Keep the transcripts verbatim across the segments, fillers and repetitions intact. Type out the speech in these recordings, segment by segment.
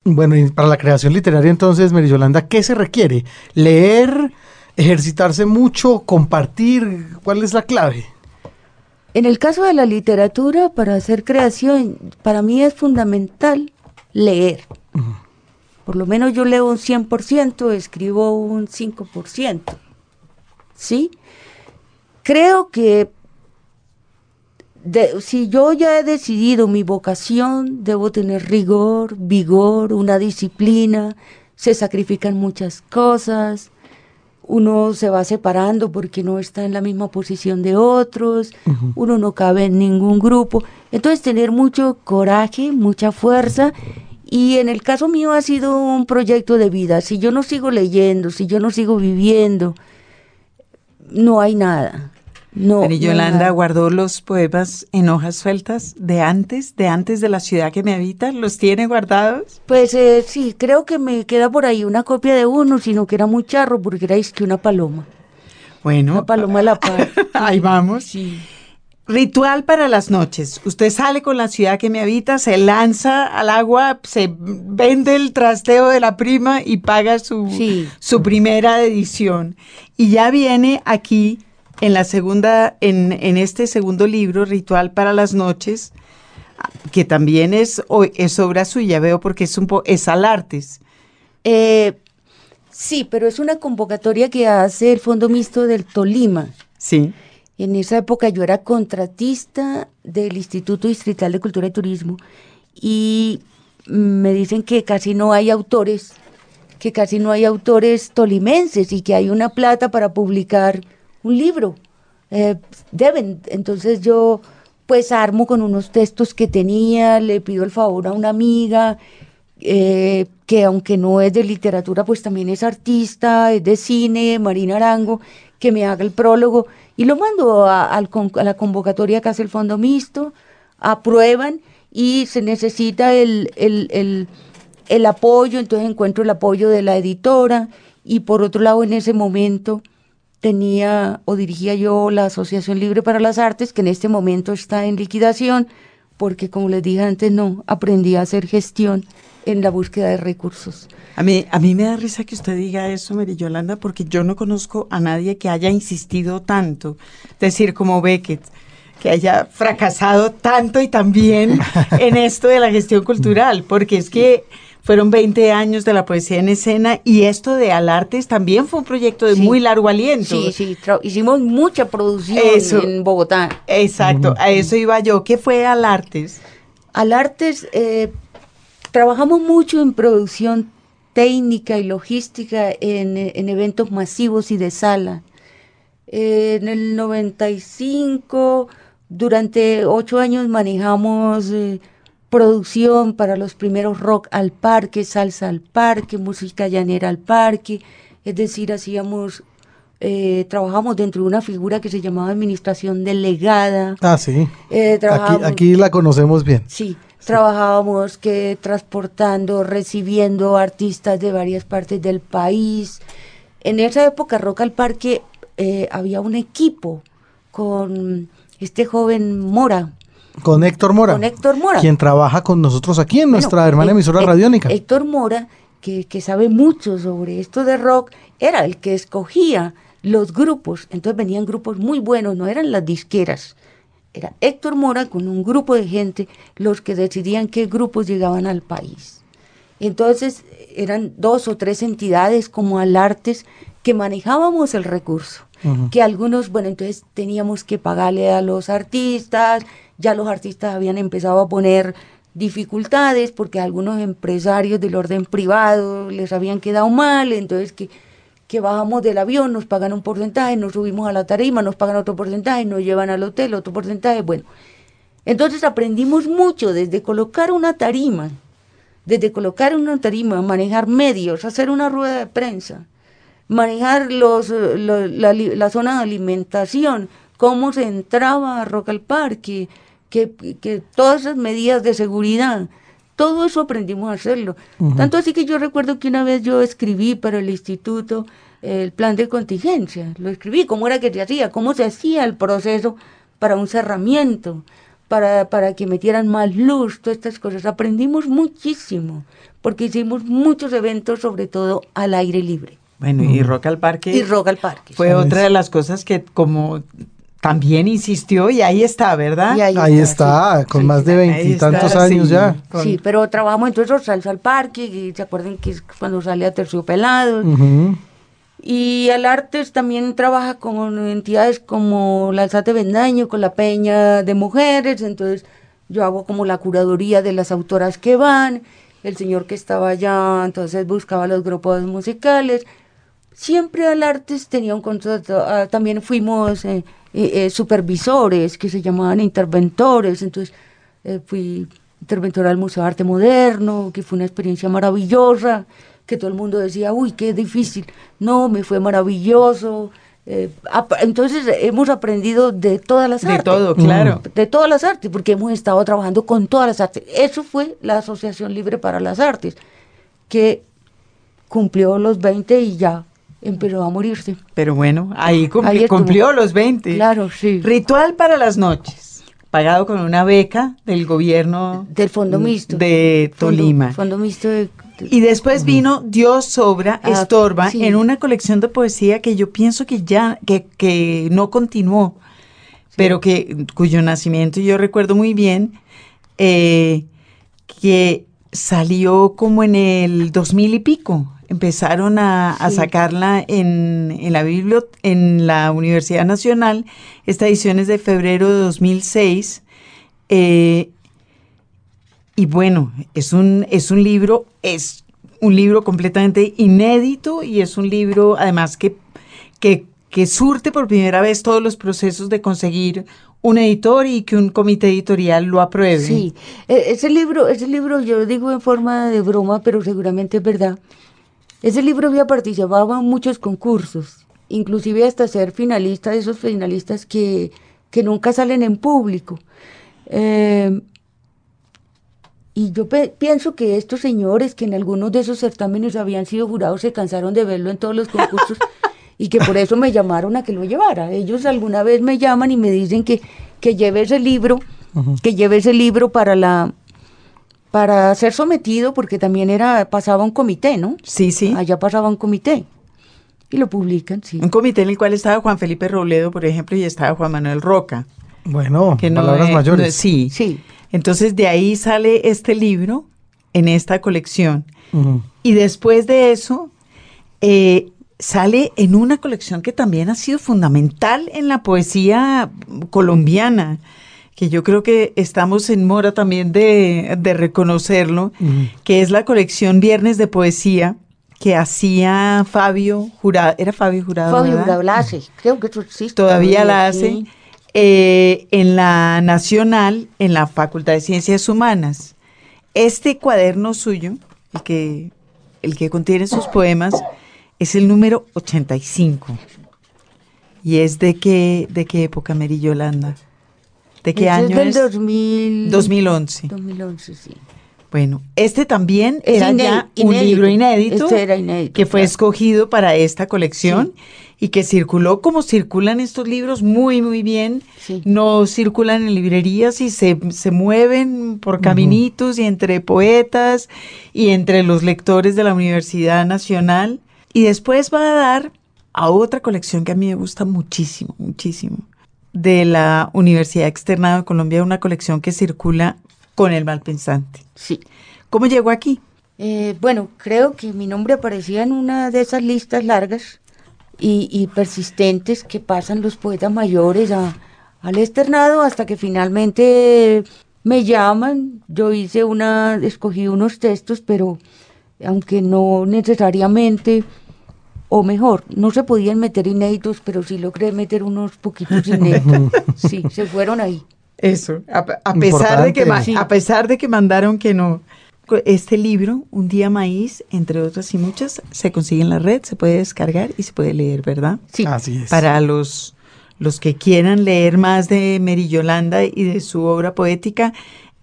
Bueno, y para la creación literaria entonces, Mary Yolanda, ¿qué se requiere? ¿Leer, ejercitarse mucho, compartir? ¿Cuál es la clave? En el caso de la literatura, para hacer creación, para mí es fundamental leer. Uh-huh. Por lo menos yo leo un cien por ciento, escribo un cinco por ciento. ¿Sí? Creo que de, si yo ya he decidido mi vocación, debo tener rigor, vigor, una disciplina, se sacrifican muchas cosas, uno se va separando porque no está en la misma posición de otros, uh-huh. Uno no cabe en ningún grupo, entonces tener mucho coraje, mucha fuerza, y en el caso mío ha sido un proyecto de vida. Si yo no sigo leyendo, si yo no sigo viviendo, no hay nada. No, Mary Yolanda, nada. ¿guardó los poemas en hojas sueltas de antes, de antes de La ciudad que me habita? ¿Los tiene guardados? Pues eh, sí, creo que me queda por ahí una copia de uno, sino que era muy charro porque era que una paloma. Bueno. Una paloma de la paz. Ahí vamos. Sí. Ritual para las noches. Usted sale con La ciudad que me habita, se lanza al agua, se vende el trasteo de la prima y paga su, sí. su primera edición. Y ya viene aquí en la segunda, en, en este segundo libro, Ritual para las noches, que también es, es obra suya, veo, porque es un po, es Alartes. Eh, sí, pero es una convocatoria que hace el Fondo Mixto del Tolima. Sí. En esa época yo era contratista del Instituto Distrital de Cultura y Turismo y me dicen que casi no hay autores, que casi no hay autores tolimenses y que hay una plata para publicar un libro. Eh, deben, entonces yo pues armo con unos textos que tenía, le pido el favor a una amiga eh, que aunque no es de literatura pues también es artista, es de cine, Marina Arango, que me haga el prólogo y lo mando a, a, a la convocatoria que hace el Fondo Mixto, aprueban y se necesita el, el, el, el apoyo, entonces encuentro el apoyo de la editora y por otro lado en ese momento tenía o dirigía yo la Asociación Libre para las Artes, que en este momento está en liquidación, porque como les dije antes, no, aprendí a hacer gestión en la búsqueda de recursos. A mí, a mí me da risa que usted diga eso, Mary Yolanda, porque yo no conozco a nadie que haya insistido tanto, es decir, como Beckett, que haya fracasado tanto y también en esto de la gestión cultural, porque es que fueron veinte años de la poesía en escena y esto de Alartes también fue un proyecto de sí. muy largo aliento. Sí, sí, tra- hicimos mucha producción eso, en Bogotá. Exacto, a eso iba yo. ¿Qué fue Alartes? Alartes, eh, trabajamos mucho en producción técnica y logística en, en eventos masivos y de sala. Eh, en el noventa y cinco, durante ocho años manejamos eh, producción para los primeros rock al parque, salsa al parque, música llanera al parque, es decir, hacíamos, eh, trabajamos dentro de una figura que se llamaba administración delegada. Ah, sí, eh, aquí, aquí la conocemos bien. Sí, trabajábamos que transportando, recibiendo artistas de varias partes del país. En esa época Rock al Parque eh, había un equipo con este joven Mora. Con Héctor Mora. Con Héctor Mora. Quien trabaja con nosotros aquí en bueno, nuestra hermana eh, emisora eh, radiónica. Héctor Mora, que, que sabe mucho sobre esto de rock, era el que escogía los grupos. Entonces venían grupos muy buenos, no eran las disqueras. Era Héctor Mora con un grupo de gente los que decidían qué grupos llegaban al país. Entonces eran dos o tres entidades como Alartes que manejábamos el recurso. Uh-huh. Que algunos, bueno, entonces teníamos que pagarle a los artistas, ya los artistas habían empezado a poner dificultades porque algunos empresarios del orden privado les habían quedado mal, entonces que... que bajamos del avión, nos pagan un porcentaje, nos subimos a la tarima, nos pagan otro porcentaje, nos llevan al hotel, otro porcentaje, bueno. Entonces aprendimos mucho desde colocar una tarima, desde colocar una tarima, manejar medios, hacer una rueda de prensa, manejar los, los, la, la zona de alimentación, cómo se entraba a Rock al Parque, que, que todas esas medidas de seguridad. Todo eso aprendimos a hacerlo. Uh-huh. Tanto así que yo recuerdo que una vez yo escribí para el instituto eh, el plan de contingencia. Lo escribí, cómo era que se hacía, cómo se hacía el proceso para un cerramiento, para, para que metieran más luz, todas estas cosas. Aprendimos muchísimo, porque hicimos muchos eventos, sobre todo al aire libre. Bueno, y Rock al Parque. Y Rock al Parque. Fue ¿Sabes? otra de las cosas que como también insistió y ahí está, ¿verdad? Y ahí, Ahí está, sí. con Sí, más de ahí veintitantos está, años sí. ya. Con- Sí, pero trabajamos entonces Salsa al Parque, y se acuerdan que es cuando sale a Terciopelados. Ujú. Y el Artes también trabaja con entidades como la Alzate Bendaño, con la Peña de Mujeres, entonces yo hago como la curaduría de las autoras que van, el señor que estaba allá, entonces buscaba los grupos musicales. Siempre al Artes tenía un contrato, ah, también fuimos eh, eh, eh, supervisores, que se llamaban interventores, entonces eh, fui interventora del Museo de Arte Moderno, que fue una experiencia maravillosa, que todo el mundo decía, uy, qué difícil. No, me fue maravilloso. Eh, ap- entonces hemos aprendido de todas las De artes. todo, claro. De todas las artes, porque hemos estado trabajando con todas las artes. Eso fue la Asociación Libre para las Artes, que cumplió los veinte y ya empezó a morirse. Pero bueno, ahí, cumpli- Ahí estuvo. cumplió los veinte. Claro, sí. Ritual para las noches, pagado con una beca del gobierno Del Fondo Mixto. de Fondo- Tolima. Fondo Mixto de... de- Y después vino Dios sobra, Ah, estorba, sí. en una colección de poesía que yo pienso que ya, que, que no continuó, pero que cuyo nacimiento yo recuerdo muy bien, eh, que salió como en el dos mil y pico. Empezaron a, a Sí. sacarla en, en la biblio- en la Universidad Nacional. Esta edición es de febrero de dos mil seis. Eh, y bueno, es un, es un libro, es un libro completamente inédito y es un libro además que, que, que surte por primera vez todos los procesos de conseguir un editor y que un comité editorial lo apruebe. Sí, e- ese libro, ese libro yo lo digo en forma de broma, pero seguramente es verdad. Ese libro había participado en muchos concursos, inclusive hasta ser finalista de esos finalistas que, que nunca salen en público. Eh, y yo pe- pienso que estos señores que en algunos de esos certámenes habían sido jurados se cansaron de verlo en todos los concursos y que por eso me llamaron a que lo llevara. Ellos alguna vez me llaman y me dicen que, que lleve ese libro, Ujú. que lleve ese libro para la para ser sometido, porque también era pasaba un comité, ¿no? Sí, sí. Allá pasaba un comité y lo publican, sí. Un comité en el cual estaba Juan Felipe Robledo, por ejemplo, y estaba Juan Manuel Roca. Bueno, Que no palabras es- mayores. no es- sí. Sí. Entonces de ahí sale este libro en esta colección. Ujú. Y después de eso, eh, sale en una colección que también ha sido fundamental en la poesía colombiana, que yo creo que estamos en mora también de, de reconocerlo, Ujú. que es la colección Viernes de Poesía que hacía Fabio Jurado. Era Fabio Jurado, Fabio ¿verdad? Jurado la hace, creo que eso existe. Todavía la sí. hace eh, en la Nacional, en la Facultad de Ciencias Humanas. Este cuaderno suyo, el que, el que contiene sus poemas, es el número ochenta y cinco. ¿Y es de qué, de qué época, Mary Yolanda? ¿De qué Ese año es es? del dos mil... dos mil once. dos mil once, sí. Bueno, este también Es era iné- ya un inédito. libro inédito, Este era inédito, que fue claro. escogido para esta colección y que circuló como circulan estos libros muy, muy bien. Sí. No circulan en librerías y se, se mueven por caminitos y entre poetas y entre los lectores de la Universidad Nacional. Y después va a dar a otra colección que a mí me gusta muchísimo, muchísimo, de la Universidad Externada de Colombia, una colección que circula con el Malpensante. Sí. ¿Cómo llegó aquí? Eh, bueno, creo que mi nombre aparecía en una de esas listas largas y, y persistentes que pasan los poetas mayores a, al externado hasta que finalmente me llaman. Yo hice una, escogí unos textos, pero aunque no necesariamente, o mejor, no se podían meter inéditos, pero sí logré meter unos poquitos inéditos. Sí, se fueron ahí. Eso, a, a pesar de que ma- Importante. Sí. a pesar de que mandaron que no. Este libro, Un día maíz, entre otras y muchas, se consigue en la red, se puede descargar y se puede leer, ¿verdad? Sí. Así es. Para los, los que quieran leer más de Mary Yolanda y de su obra poética,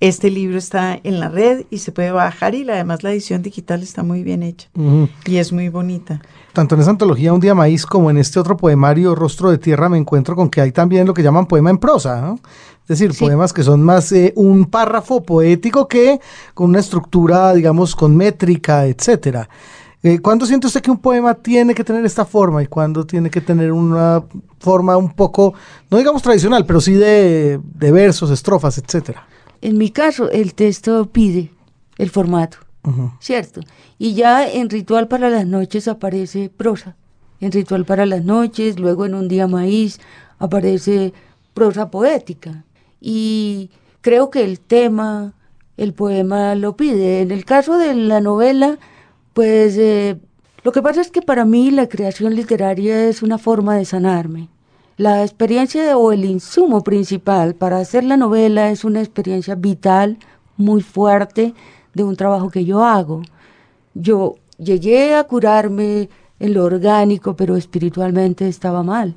Este libro está en la red y se puede bajar y la, además la edición digital está muy bien hecha Uh-huh. y es muy bonita. Tanto en esa antología Un Día Maíz como en este otro poemario Rostro de Tierra me encuentro con que hay también lo que llaman poema en prosa, ¿no? Es decir, Sí. poemas que son más eh, un párrafo poético que con una estructura, digamos, con métrica, etcétera. Eh, ¿Cuándo siente usted que un poema tiene que tener esta forma y cuándo tiene que tener una forma un poco, no digamos tradicional, pero sí de, de versos, estrofas, etcétera? En mi caso, el texto pide el formato, Uh-huh. ¿cierto? Y ya en Ritual para las Noches aparece prosa. En Ritual para las Noches, luego en Un Día Maíz aparece prosa poética. Y creo que el tema, el poema lo pide. En el caso de la novela, pues eh, lo que pasa es que para mí la creación literaria es una forma de sanarme. La experiencia de, o el insumo principal para hacer la novela es una experiencia vital, muy fuerte, de un trabajo que yo hago. Yo llegué a curarme en lo orgánico, pero espiritualmente estaba mal.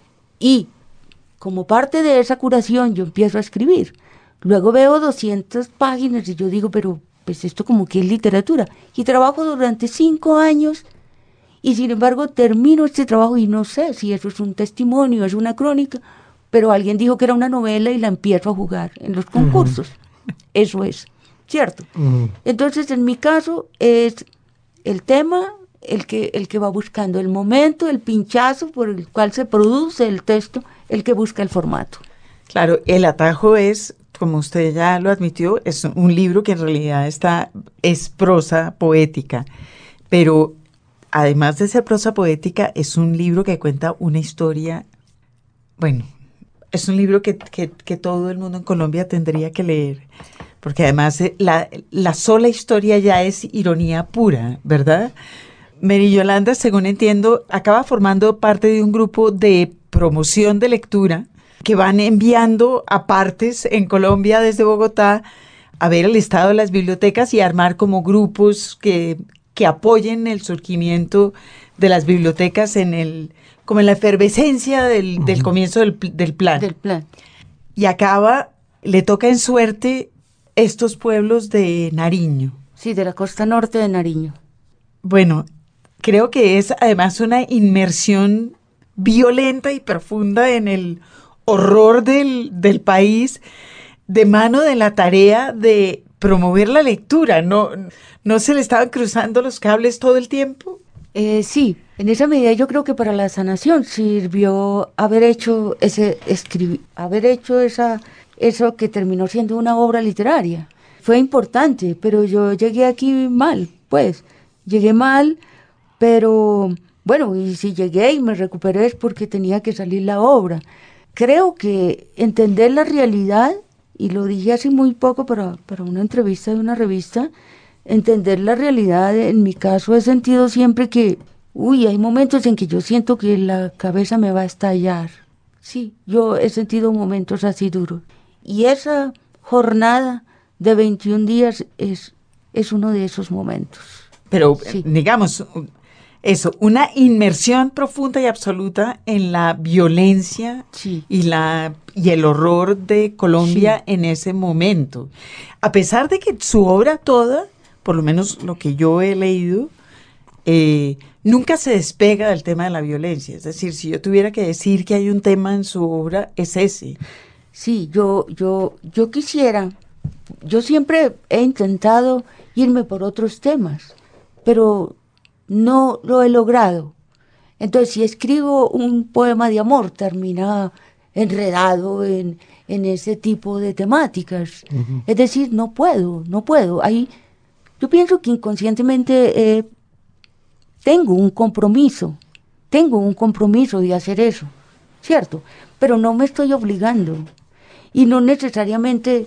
Y como parte de esa curación yo empiezo a escribir. Luego veo doscientas páginas y yo digo, pero pues esto como que es literatura. Y trabajo durante cinco años y sin embargo termino este trabajo y no sé si eso es un testimonio, es una crónica, pero alguien dijo que era una novela y la empiezo a jugar en los concursos. Uh-huh. Eso es, ¿cierto? Uh-huh. Entonces, en mi caso, es el tema el que, el que va buscando el momento, el pinchazo por el cual se produce el texto, el que busca el formato. Claro, el atajo es, como usted ya lo admitió, es un libro que en realidad está, es prosa poética, pero además de ser prosa poética, es un libro que cuenta una historia, bueno, es un libro que, que, que todo el mundo en Colombia tendría que leer, porque además la, la sola historia ya es ironía pura, ¿verdad? Mary Yolanda, según entiendo, acaba formando parte de un grupo de promoción de lectura que van enviando a partes en Colombia desde Bogotá a ver el estado de las bibliotecas y armar como grupos que... que apoyen el surgimiento de las bibliotecas en el, como en la efervescencia del, uh-huh. del comienzo del, del plan. Del plan. Y acaba, le toca en suerte estos pueblos de Nariño. Sí, de la costa norte de Nariño. Bueno, creo que es además una inmersión violenta y profunda en el horror del, del país, de mano de la tarea de promover la lectura, ¿no? ¿No se le estaban cruzando los cables todo el tiempo? Eh, sí, en esa medida yo creo que para la sanación sirvió haber hecho ese escribir, haber hecho esa eso que terminó siendo una obra literaria. Fue importante, pero yo llegué aquí mal, pues, llegué mal, pero bueno, y si llegué y me recuperé es porque tenía que salir la obra. Creo que entender la realidad, y lo dije hace muy poco para, para una entrevista de una revista, entender la realidad, en mi caso he sentido siempre que, uy, hay momentos en que yo siento que la cabeza me va a estallar. Sí, yo he sentido momentos así duros. Y esa jornada de veintiún días es, es uno de esos momentos. Pero, sí. digamos, eso, una inmersión profunda y absoluta en la violencia sí. y, la, y el horror de Colombia sí. en ese momento. A pesar de que su obra toda, por lo menos lo que yo he leído, eh, nunca se despega del tema de la violencia. Es decir, si yo tuviera que decir que hay un tema en su obra, es ese. Sí, yo, yo, yo quisiera, yo siempre he intentado irme por otros temas, pero no lo he logrado. Entonces, si escribo un poema de amor, termina enredado en, en ese tipo de temáticas. Uh-huh. Es decir, no puedo, no puedo. Ahí, yo pienso que inconscientemente eh, tengo un compromiso, tengo un compromiso de hacer eso, ¿cierto? Pero no me estoy obligando. Y no necesariamente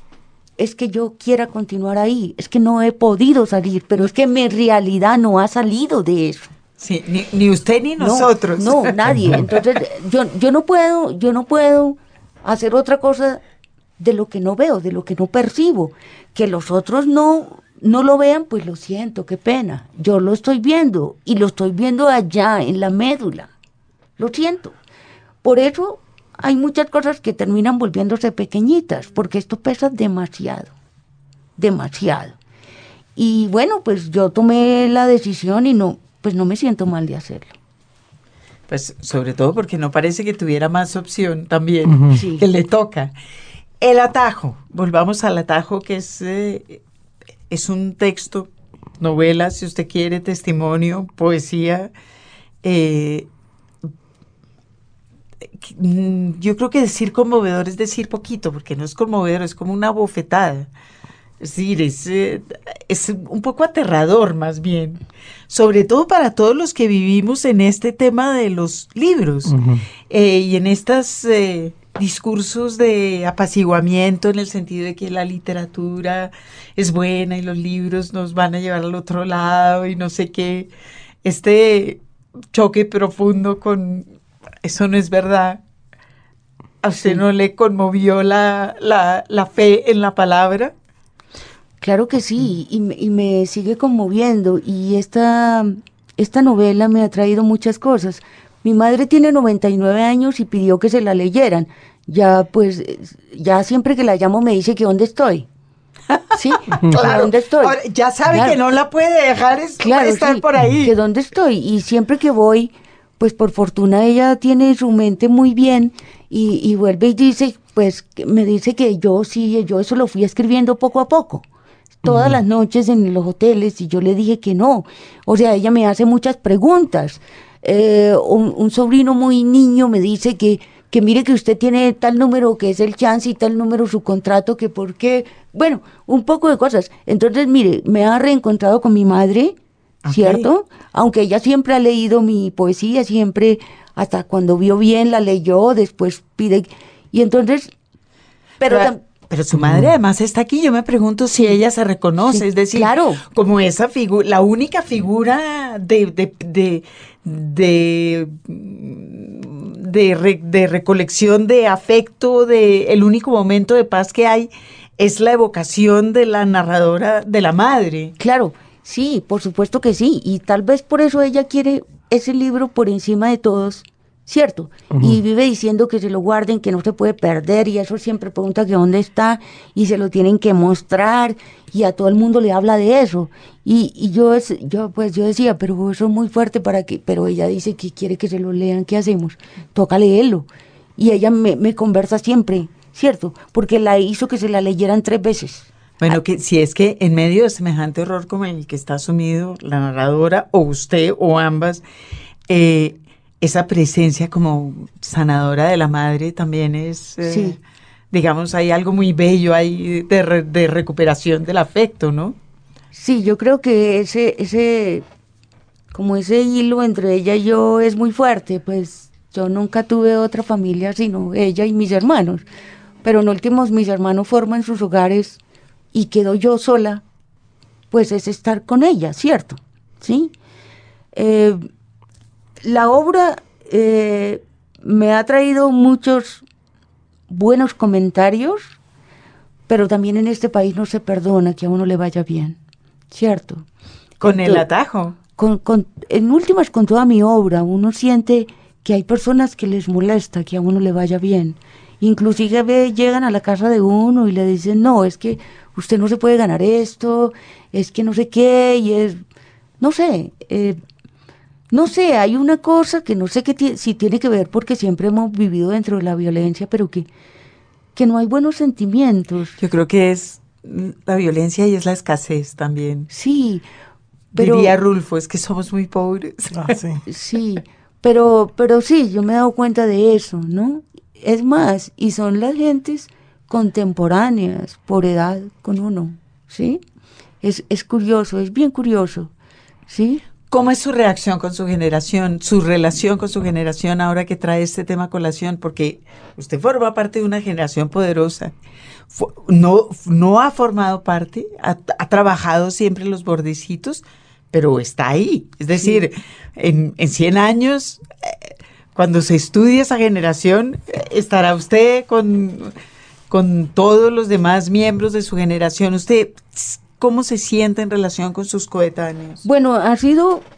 es que yo quiera continuar ahí, es que no he podido salir, pero es que mi realidad no ha salido de eso. Sí, ni, ni usted ni nosotros. No, no, nadie. Entonces, yo, yo no puedo, yo no puedo hacer otra cosa de lo que no veo, de lo que no percibo. Que los otros no, no lo vean, pues lo siento, qué pena. Yo lo estoy viendo, y lo estoy viendo allá, en la médula. Lo siento. Por eso hay muchas cosas que terminan volviéndose pequeñitas, porque esto pesa demasiado, demasiado. Y bueno, pues yo tomé la decisión y no, pues no me siento mal de hacerlo. Pues sobre todo porque no parece que tuviera más opción también, Ujú. Sí. que le toca. El atajo, volvamos al atajo, que es, eh, es un texto, novela, si usted quiere, testimonio, poesía. Eh, yo creo que decir conmovedor es decir poquito, porque no es conmovedor, es como una bofetada. Es decir, es, eh, es un poco aterrador más bien, sobre todo para todos los que vivimos en este tema de los libros Ujú. eh, y en estos eh, discursos de apaciguamiento en el sentido de que la literatura es buena y los libros nos van a llevar al otro lado y no sé qué. Este choque profundo con eso no es verdad. ¿A usted Sí. no le conmovió la, la, la fe en la palabra? Claro que sí, y, me- y me sigue conmoviendo, y esta, esta novela me ha traído muchas cosas. Mi madre tiene noventa y nueve años y pidió que se la leyeran. Ya pues, eh, ya siempre que la llamo me dice que dónde estoy. ¿Sí? Que dónde estoy. Ahora, ya sabe Claro. que no la puede dejar es- Claro, estar sí, por ahí. que dónde estoy. Y siempre que voy, pues por fortuna ella tiene su mente muy bien y, y vuelve y dice, pues que- me dice que yo sí, yo eso lo fui escribiendo poco a poco, todas las noches en los hoteles, y yo le dije que no. O sea, ella me hace muchas preguntas. Eh, un, un sobrino muy niño me dice que, que mire que usted tiene tal número que es el chance y tal número su contrato, que por qué, bueno, un poco de cosas. Entonces, mire, me ha reencontrado con mi madre, Ok. ¿cierto? Aunque ella siempre ha leído mi poesía, siempre, hasta cuando vio bien la leyó, después pide, y entonces, pero Pero, tam- pero su madre además está aquí. Yo me pregunto si ella se reconoce, Sí, es decir, claro. como esa figura, la única figura de de de de, de, re- de recolección de afecto, de el único momento de paz que hay es la evocación de la narradora, de la madre. Claro, sí, por supuesto que sí, y tal vez por eso ella quiere ese libro por encima de todos, ¿cierto? Y vive diciendo que se lo guarden, que no se puede perder, y eso siempre pregunta que dónde está, y se lo tienen que mostrar, y a todo el mundo le habla de eso. Y, y yo, es, yo, pues yo decía, pero eso es muy fuerte para que, pero ella dice que quiere que se lo lean, ¿qué hacemos? Toca leerlo. Y ella me, me conversa siempre, ¿cierto? Porque la hizo que se la leyeran tres veces. Bueno, que si es que en medio de semejante horror como el que está sumido la narradora, o usted, o ambas, eh, esa presencia como sanadora de la madre también es, eh, Sí. digamos, hay algo muy bello ahí de, re- de recuperación del afecto, ¿no? Sí, yo creo que ese, ese, como ese hilo entre ella y yo es muy fuerte, pues yo nunca tuve otra familia sino ella y mis hermanos, pero en últimos mis hermanos forman sus hogares y quedo yo sola, pues es estar con ella, ¿cierto? ¿Sí? Eh, la obra eh, me ha traído muchos buenos comentarios, pero también en este país no se perdona que a uno le vaya bien, ¿cierto? Con el Ento- atajo. con, con- en últimas, con toda mi obra, uno siente que hay personas que les molesta que a uno le vaya bien. Inclusive ve- llegan a la casa de uno y le dicen, no, es que usted no se puede ganar esto, es que no sé qué, y es, no sé, eh, no sé, hay una cosa que no sé qué ti- si tiene que ver porque siempre hemos vivido dentro de la violencia, pero que, que no hay buenos sentimientos. Yo creo que es mm, la violencia y es la escasez también. Sí, pero... Diría Rulfo, es que somos muy pobres. Ah, sí. Sí, pero, pero sí, yo me he dado cuenta de eso, ¿no? Es más, y son las gentes contemporáneas por edad con uno, ¿sí? Es, es curioso, es bien curioso, ¿sí? ¿Cómo es su reacción con su generación, su relación con su generación ahora que trae este tema a colación? Porque usted forma parte de una generación poderosa. Fu- No, no ha formado parte, ha, ha trabajado siempre en los bordecitos, pero está ahí. Es decir, en, en cien años, eh, cuando se estudie esa generación, eh, estará usted con, con todos los demás miembros de su generación. ¿Usted cómo se siente en relación con sus coetáneos? Bueno, ha sido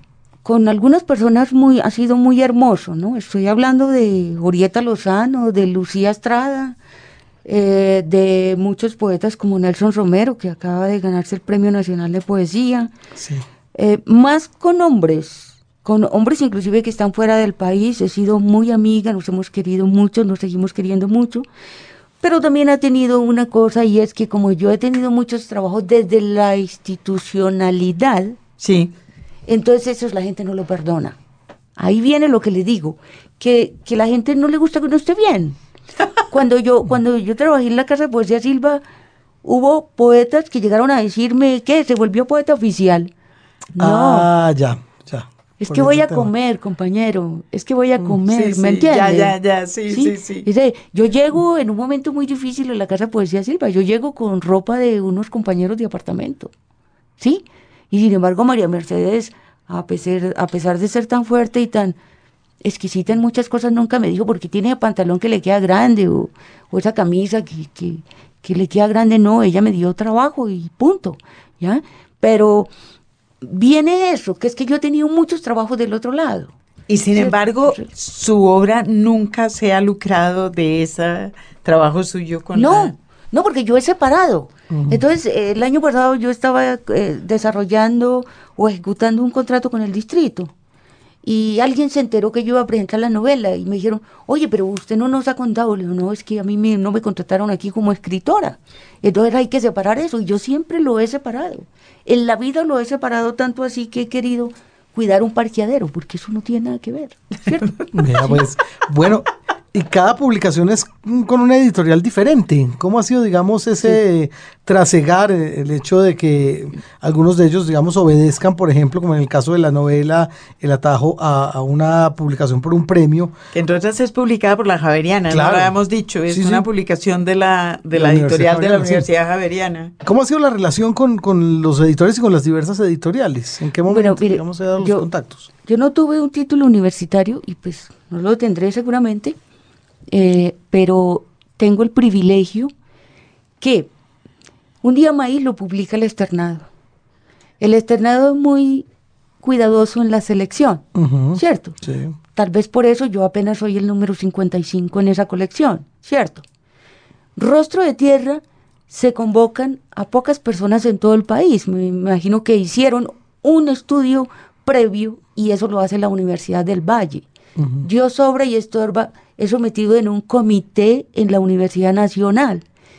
con algunas personas muy, ha sido muy hermoso, ¿no? Estoy hablando de Orieta Lozano, de Lucía Estrada, eh, de muchos poetas como Nelson Romero, que acaba de ganarse el Premio Nacional de Poesía, Sí. eh, más con hombres, con hombres inclusive que están fuera del país. He sido muy amiga, nos hemos querido mucho, nos seguimos queriendo mucho, pero también ha tenido una cosa, y es que como yo he tenido muchos trabajos desde la institucionalidad, Sí. entonces eso la gente no lo perdona. Ahí viene lo que le digo, que, que la gente no le gusta que uno esté bien. Cuando yo, cuando yo trabajé en la Casa de Poesía Silva, hubo poetas que llegaron a decirme que se volvió poeta oficial. No, Ah, ya, ya. es Por que voy ese a tema. comer, compañero, es que voy a comer, Sí, ¿me sí, entiendes? ya, ya, ya, sí, sí, sí. Dice, yo llego en un momento muy difícil en la Casa de Poesía Silva, yo llego con ropa de unos compañeros de apartamento, ¿sí? Y sin embargo, María Mercedes, a pesar, a pesar de ser tan fuerte y tan exquisita en muchas cosas, nunca me dijo porque tiene pantalón que le queda grande o, o esa camisa que, que, que le queda grande. No, ella me dio trabajo y punto, ¿ya? Pero viene eso, que es que yo he tenido muchos trabajos del otro lado. Y sin ¿Cierto? embargo, su obra nunca se ha lucrado de ese trabajo suyo con No, la... no, porque yo he separado. Ujú. Entonces, eh, el año pasado yo estaba eh, desarrollando o ejecutando un contrato con el distrito. Y alguien se enteró que yo iba a presentar la novela y me dijeron, oye, pero usted no nos ha contado. Le digo, no, es que a mí me, no me contrataron aquí como escritora. Entonces hay que separar eso. Y yo siempre lo he separado. En la vida lo he separado tanto así que he querido cuidar un parqueadero, porque eso no tiene nada que ver, ¿cierto? Mira, pues, bueno, y cada publicación es mm, con una editorial diferente. ¿Cómo ha sido, digamos, ese trasegar eh, el hecho de que algunos de ellos, digamos, obedezcan, por ejemplo, como en el caso de la novela El Atajo, a, a una publicación por un premio? Que entonces es publicada por la Javeriana, Claro. no lo habíamos dicho, es Sí, una sí. publicación de la, de La la, Universidad editorial de la Javeriana, sí. Universidad Javeriana. ¿Cómo ha sido la relación con, con los editores y con las diversas editoriales? ¿En qué momento, Bueno, mire, digamos, se han dado los yo- contactos? Yo no tuve un título universitario y pues no lo tendré seguramente, eh, pero tengo el privilegio que un día Maíz lo publica el Externado. El Externado es muy cuidadoso en la selección, Ujú. ¿cierto? Sí. Tal vez por eso yo apenas soy el número cincuenta y cinco en esa colección, ¿cierto? Rostro de Tierra se convocan a pocas personas en todo el país. Me imagino que hicieron un estudio previo y eso lo hace la Universidad del Valle. Ujú. Yo Sobra y Estorba he sometido en un comité en la Universidad Nacional.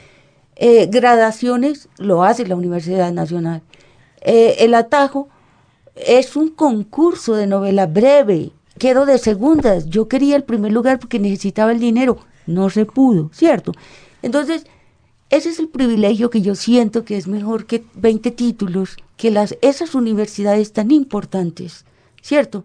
Eh, gradaciones lo hace la Universidad Nacional. Eh, el Atajo es un concurso de novela breve. Quedo de segundas. Yo quería el primer lugar porque necesitaba el dinero. No se pudo, ¿cierto? Entonces, ese es el privilegio que yo siento que es mejor que veinte títulos, que las, esas universidades tan importantes, ¿cierto?,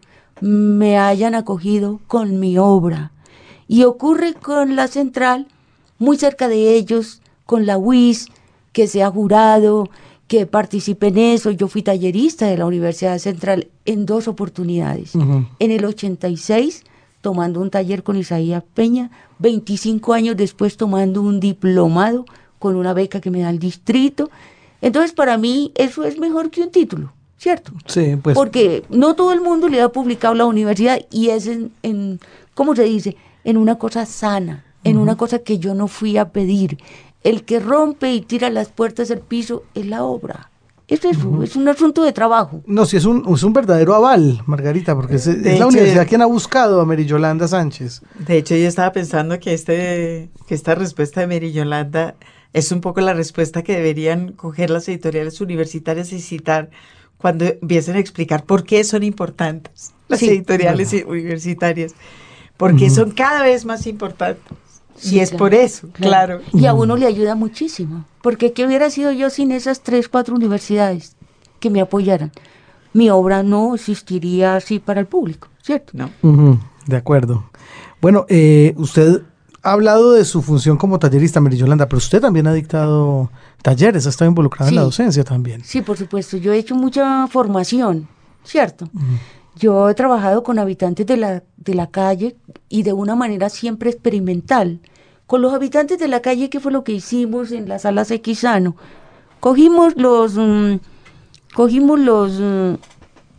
me hayan acogido con mi obra. Y ocurre con la Central, muy cerca de ellos, con la U I S, que se ha jurado, que participé en eso. Yo fui tallerista de la Universidad Central en dos oportunidades. Ujú. En el ochenta y seis, tomando un taller con Isaías Peña, veinticinco años después tomando un diplomado con una beca que me da el distrito. Entonces, para mí, eso es mejor que un título, ¿cierto? Sí, pues. Porque no todo el mundo le ha publicado la universidad y es en, en ¿cómo se dice?, en una cosa sana, en una cosa que yo no fui a pedir. El que rompe y tira las puertas del piso es la obra. Es eso, es un asunto de trabajo. No, sí, es un, es un verdadero aval, Margarita, porque es, es De la hecho, universidad quien ha buscado a Mary Yolanda Sánchez. De hecho, yo estaba pensando que, este, que esta respuesta de Mary Yolanda es un poco la respuesta que deberían coger las editoriales universitarias y citar cuando empiecen a explicar por qué son importantes las Sí. editoriales Bueno. universitarias, porque Ujú. son cada vez más importantes. Sí, y es claro, por eso, claro. Y a uno le ayuda muchísimo. Porque ¿qué hubiera sido yo sin esas tres, cuatro universidades que me apoyaran? Mi obra no existiría así para el público, ¿cierto? No. Ujú, de acuerdo. Bueno, eh, usted ha hablado de su función como tallerista, Mary Yolanda, pero usted también ha dictado talleres, ha estado involucrada en la Sí. docencia también. Sí, por supuesto. Yo he hecho mucha formación, ¿cierto? Yo he trabajado con habitantes de la, de la calle y de una manera siempre experimental. Con los habitantes de la calle, ¿qué fue lo que hicimos en las salas Xano? Cogimos los, mm, cogimos los, mm,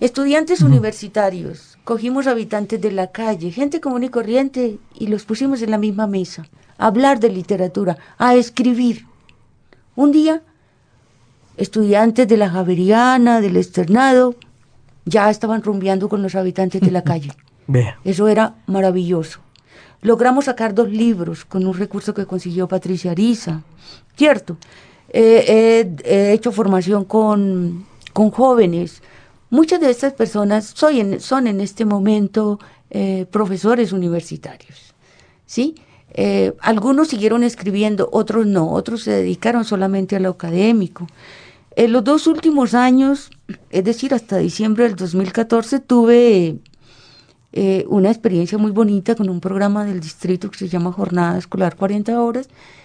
Estudiantes uh-huh. universitarios, cogimos habitantes de la calle, gente común y corriente, y los pusimos en la misma mesa, a hablar de literatura, a escribir. Un día, estudiantes de la Javeriana, del Externado, ya estaban rumbeando con los habitantes de la calle. Vea. Eso era maravilloso. Logramos sacar dos libros con un recurso que consiguió Patricia Ariza, ¿cierto? Eh, eh, he hecho formación con, con jóvenes. Muchas de estas personas soy en, son en este momento eh, profesores universitarios, ¿sí? Eh, algunos siguieron escribiendo, otros no, otros se dedicaron solamente a lo académico. En los dos últimos años, es decir, hasta diciembre del dos mil catorce, tuve eh, una experiencia muy bonita con un programa del distrito que se llama Jornada Escolar cuarenta horas,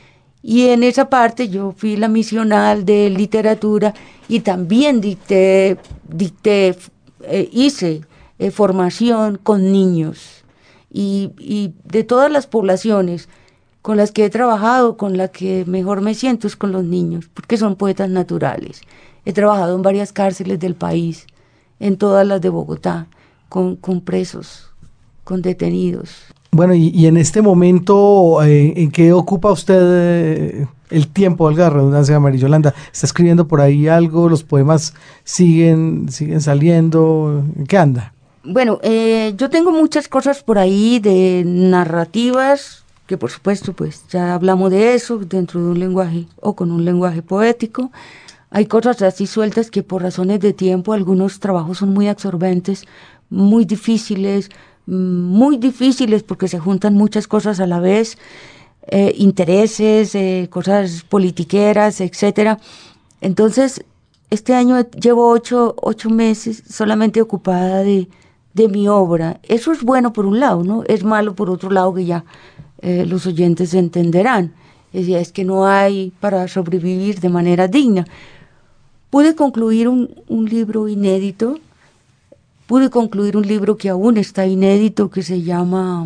y en esa parte yo fui la misional de literatura y también dicté, dicté eh, hice eh, formación con niños y, y de todas las poblaciones con las que he trabajado, con la que mejor me siento es con los niños, porque son poetas naturales. He trabajado en varias cárceles del país, en todas las de Bogotá, con, con presos, con detenidos. Bueno, y, y en este momento, eh, ¿en qué ocupa usted eh, el tiempo, valga la redundancia, María Yolanda? ¿Está escribiendo por ahí algo? ¿Los poemas siguen, siguen saliendo? ¿En qué anda? Bueno, eh, yo tengo muchas cosas por ahí de narrativas, que por supuesto, pues ya hablamos de eso, dentro de un lenguaje o con un lenguaje poético. Hay cosas así sueltas que por razones de tiempo, algunos trabajos son muy absorbentes, muy difíciles, muy difíciles porque se juntan muchas cosas a la vez, eh, intereses, eh, cosas politiqueras, etcétera. Entonces, este año llevo ocho, ocho meses solamente ocupada de, de mi obra. Eso es bueno por un lado, ¿no? Es malo por otro lado, que ya eh, los oyentes entenderán. Es, es que no hay para sobrevivir de manera digna. Pude concluir un, un libro inédito. Pude concluir un libro que aún está inédito, que se llama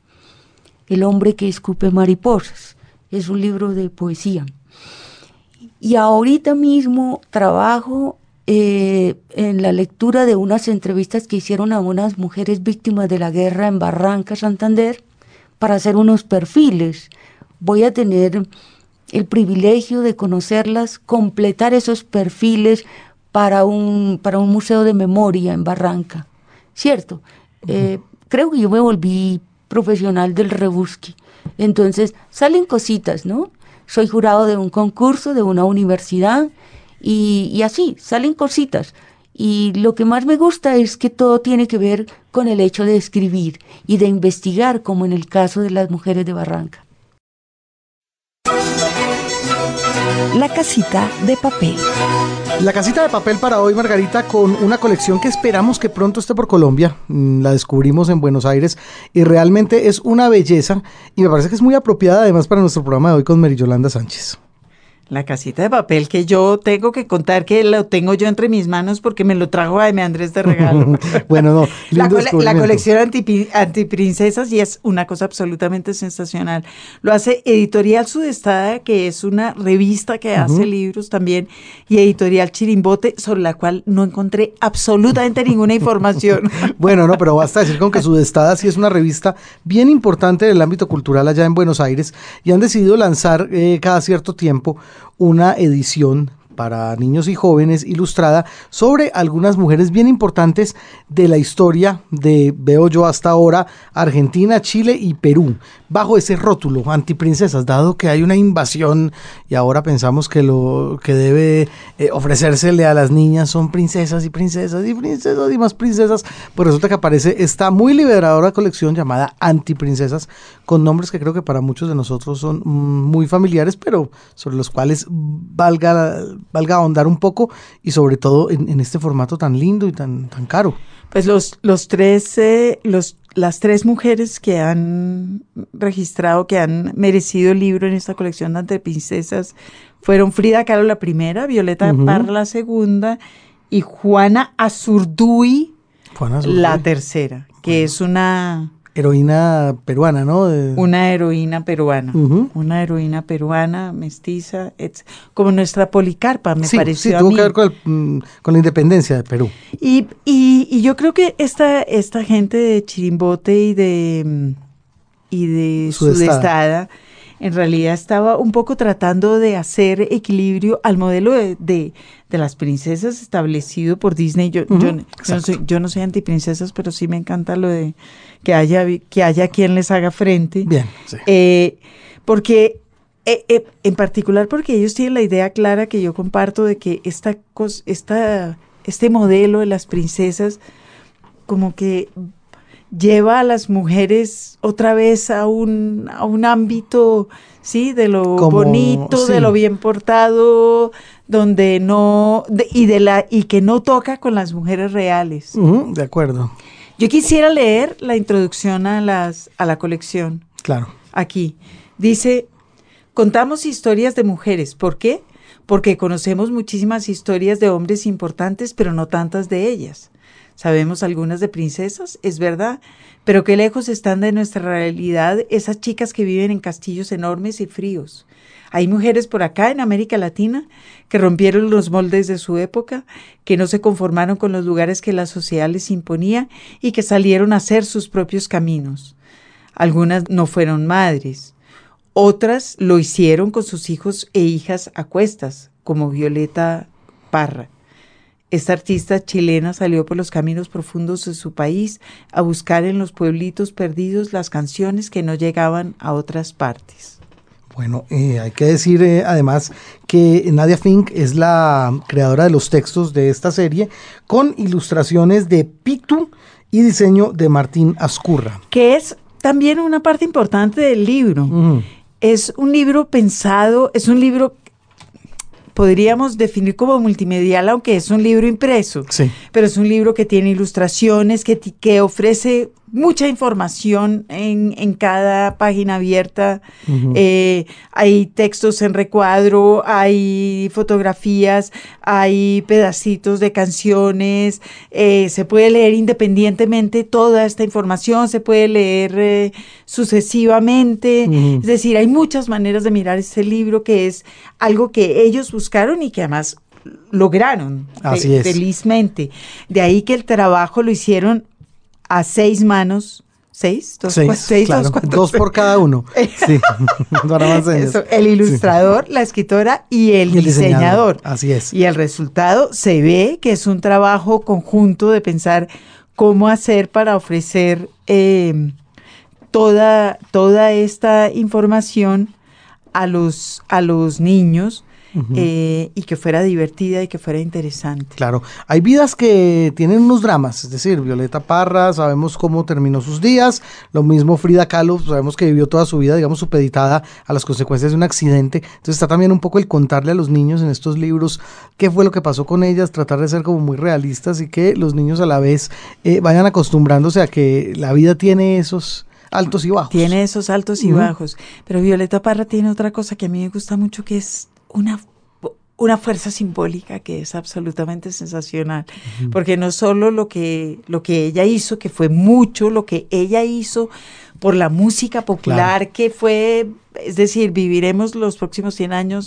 El hombre que escupe mariposas. Es un libro de poesía. Y ahorita mismo trabajo eh, en la lectura de unas entrevistas que hicieron a unas mujeres víctimas de la guerra en Barranca, Santander, para hacer unos perfiles. Voy a tener el privilegio de conocerlas, completar esos perfiles para un, para un museo de memoria en Barranca, ¿cierto? Eh, creo que yo me volví profesional del rebusque. Entonces, salen cositas, ¿no? Soy jurado de un concurso de una universidad y, y así, salen cositas. Y lo que más me gusta es que todo tiene que ver con el hecho de escribir y de investigar, como en el caso de las mujeres de Barranca. La casita de papel. La casita de papel para hoy, Margarita, con una colección que esperamos que pronto esté por Colombia. La descubrimos en Buenos Aires y realmente es una belleza y me parece que es muy apropiada además para nuestro programa de hoy con María Yolanda Sánchez. La casita de papel que yo tengo que contar que lo tengo yo entre mis manos porque me lo trajo Jaime Andrés de regalo. Bueno, no, la, cole- la colección anti, antiprincesas y es una cosa absolutamente sensacional. Lo hace Editorial Sudestada, que es una revista que hace uh-huh. libros también, y Editorial Chirimbote, sobre la cual no encontré absolutamente ninguna información. Bueno, no, pero basta decir con que Sudestada sí es una revista bien importante del ámbito cultural allá en Buenos Aires y han decidido lanzar eh, cada cierto tiempo una edición para niños y jóvenes ilustrada sobre algunas mujeres bien importantes de la historia de, veo yo hasta ahora, Argentina, Chile y Perú, bajo ese rótulo, antiprincesas, dado que hay una invasión y ahora pensamos que lo que debe eh, ofrecérsele a las niñas son princesas y princesas y princesas y más princesas, pues resulta que aparece esta muy liberadora colección llamada Antiprincesas, con nombres que creo que para muchos de nosotros son mm, muy familiares, pero sobre los cuales valga valga ahondar un poco y sobre todo en, en este formato tan lindo y tan, tan caro. Pues los, los tres, eh, los, las tres mujeres que han registrado, que han merecido el libro en esta colección de Antiprincesas fueron Frida Kahlo la primera, Violeta uh-huh. Parra la segunda y Juana Azurduy, Juana Azurduy la tercera, que bueno. es una heroína peruana, ¿no? De... Una heroína peruana, uh-huh. una heroína peruana, mestiza, etc. Como nuestra Policarpa, me sí, pareció sí, a tuvo mí. que ver con, el, con la independencia de Perú. Y, y, y yo creo que esta, esta gente de Chirimbote y de, y de Sudestada. Sudestada, en realidad estaba un poco tratando de hacer equilibrio al modelo de, de, de las princesas establecido por Disney. Yo, uh-huh. yo, yo, no soy, yo no soy antiprincesas, pero sí me encanta lo de que haya, que haya quien les haga frente. Bien, sí. Eh, porque, eh, eh, en particular porque ellos tienen la idea clara que yo comparto de que esta, esta, este modelo de las princesas como que lleva a las mujeres otra vez a un, a un ámbito, sí, de lo Como, bonito, sí. de lo bien portado, donde no, de, y de la, y que no toca con las mujeres reales. Uh-huh, de acuerdo. Yo quisiera leer la introducción a las, a la colección. Claro. Aquí. Dice, contamos historias de mujeres. ¿Por qué? Porque conocemos muchísimas historias de hombres importantes, pero no tantas de ellas. Sabemos algunas de princesas, es verdad, pero qué lejos están de nuestra realidad esas chicas que viven en castillos enormes y fríos. Hay mujeres por acá en América Latina que rompieron los moldes de su época, que no se conformaron con los lugares que la sociedad les imponía y que salieron a hacer sus propios caminos. Algunas no fueron madres, otras lo hicieron con sus hijos e hijas a cuestas, como Violeta Parra. Esta artista chilena salió por los caminos profundos de su país a buscar en los pueblitos perdidos las canciones que no llegaban a otras partes. Bueno, eh, hay que decir eh, además que Nadia Fink es la creadora de los textos de esta serie, con ilustraciones de Pitu y diseño de Martín Azcurra. Que es también una parte importante del libro. Uh-huh. Es un libro pensado, es un libro... podríamos definir como multimedial, aunque es un libro impreso, sí. pero es un libro que tiene ilustraciones, que, que ofrece mucha información en, en cada página abierta. Uh-huh. Eh, hay textos en recuadro, hay fotografías, hay pedacitos de canciones, eh, se puede leer independientemente toda esta información, se puede leer eh, sucesivamente. Uh-huh. Es decir, hay muchas maneras de mirar este libro, que es algo que ellos buscaron y que además lograron. Así fe- es. Felizmente. De ahí que el trabajo lo hicieron a seis manos, seis, dos, seis, cuatro, seis claro, dos, cuatro, dos seis. por cada uno. Sí. Para más Eso, el ilustrador, sí. la escritora y el, y el diseñador. diseñador. Así es. Y el resultado se ve que es un trabajo conjunto de pensar cómo hacer para ofrecer eh, toda, toda esta información a los, a los niños. Uh-huh. eh, y que fuera divertida y que fuera interesante. Claro, hay vidas que tienen unos dramas, es decir, Violeta Parra, sabemos cómo terminó sus días, lo mismo Frida Kahlo, sabemos que vivió toda su vida, digamos, supeditada a las consecuencias de un accidente, entonces está también un poco el contarle a los niños en estos libros qué fue lo que pasó con ellas, tratar de ser como muy realistas y que los niños a la vez eh, vayan acostumbrándose a que la vida tiene esos altos y bajos. Tiene esos altos y uh-huh. bajos, pero Violeta Parra tiene otra cosa que a mí me gusta mucho, que es Una, una fuerza simbólica que es absolutamente sensacional, uh-huh. porque no solo lo que, lo que ella hizo, que fue mucho, lo que ella hizo por la música popular, claro. que fue, es decir, viviremos los próximos cien años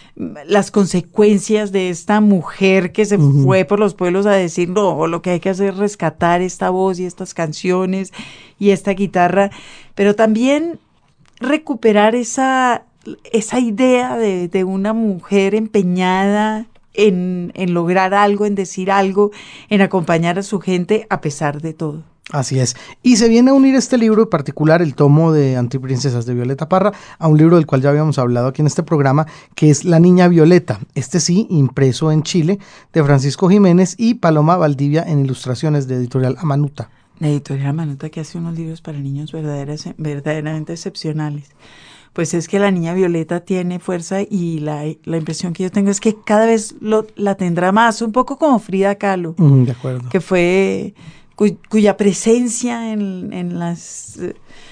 las consecuencias de esta mujer que se uh-huh. fue por los pueblos a decir, no, lo que hay que hacer es rescatar esta voz y estas canciones y esta guitarra, pero también recuperar esa... esa idea de, de una mujer empeñada en, en lograr algo, en decir algo, en acompañar a su gente a pesar de todo. Así es. Y se viene a unir este libro en particular, el tomo de Antiprincesas de Violeta Parra, a un libro del cual ya habíamos hablado aquí en este programa, que es La Niña Violeta. Este sí, impreso en Chile, de Francisco Jiménez y Paloma Valdivia en ilustraciones de Editorial Amanuta. La Editorial Amanuta, que hace unos libros para niños verdaderas, verdaderamente excepcionales. Pues es que La Niña Violeta tiene fuerza y la, la impresión que yo tengo es que cada vez lo, la tendrá más, un poco como Frida Kahlo, mm, de acuerdo. que fue cu, cuya presencia en, en, las,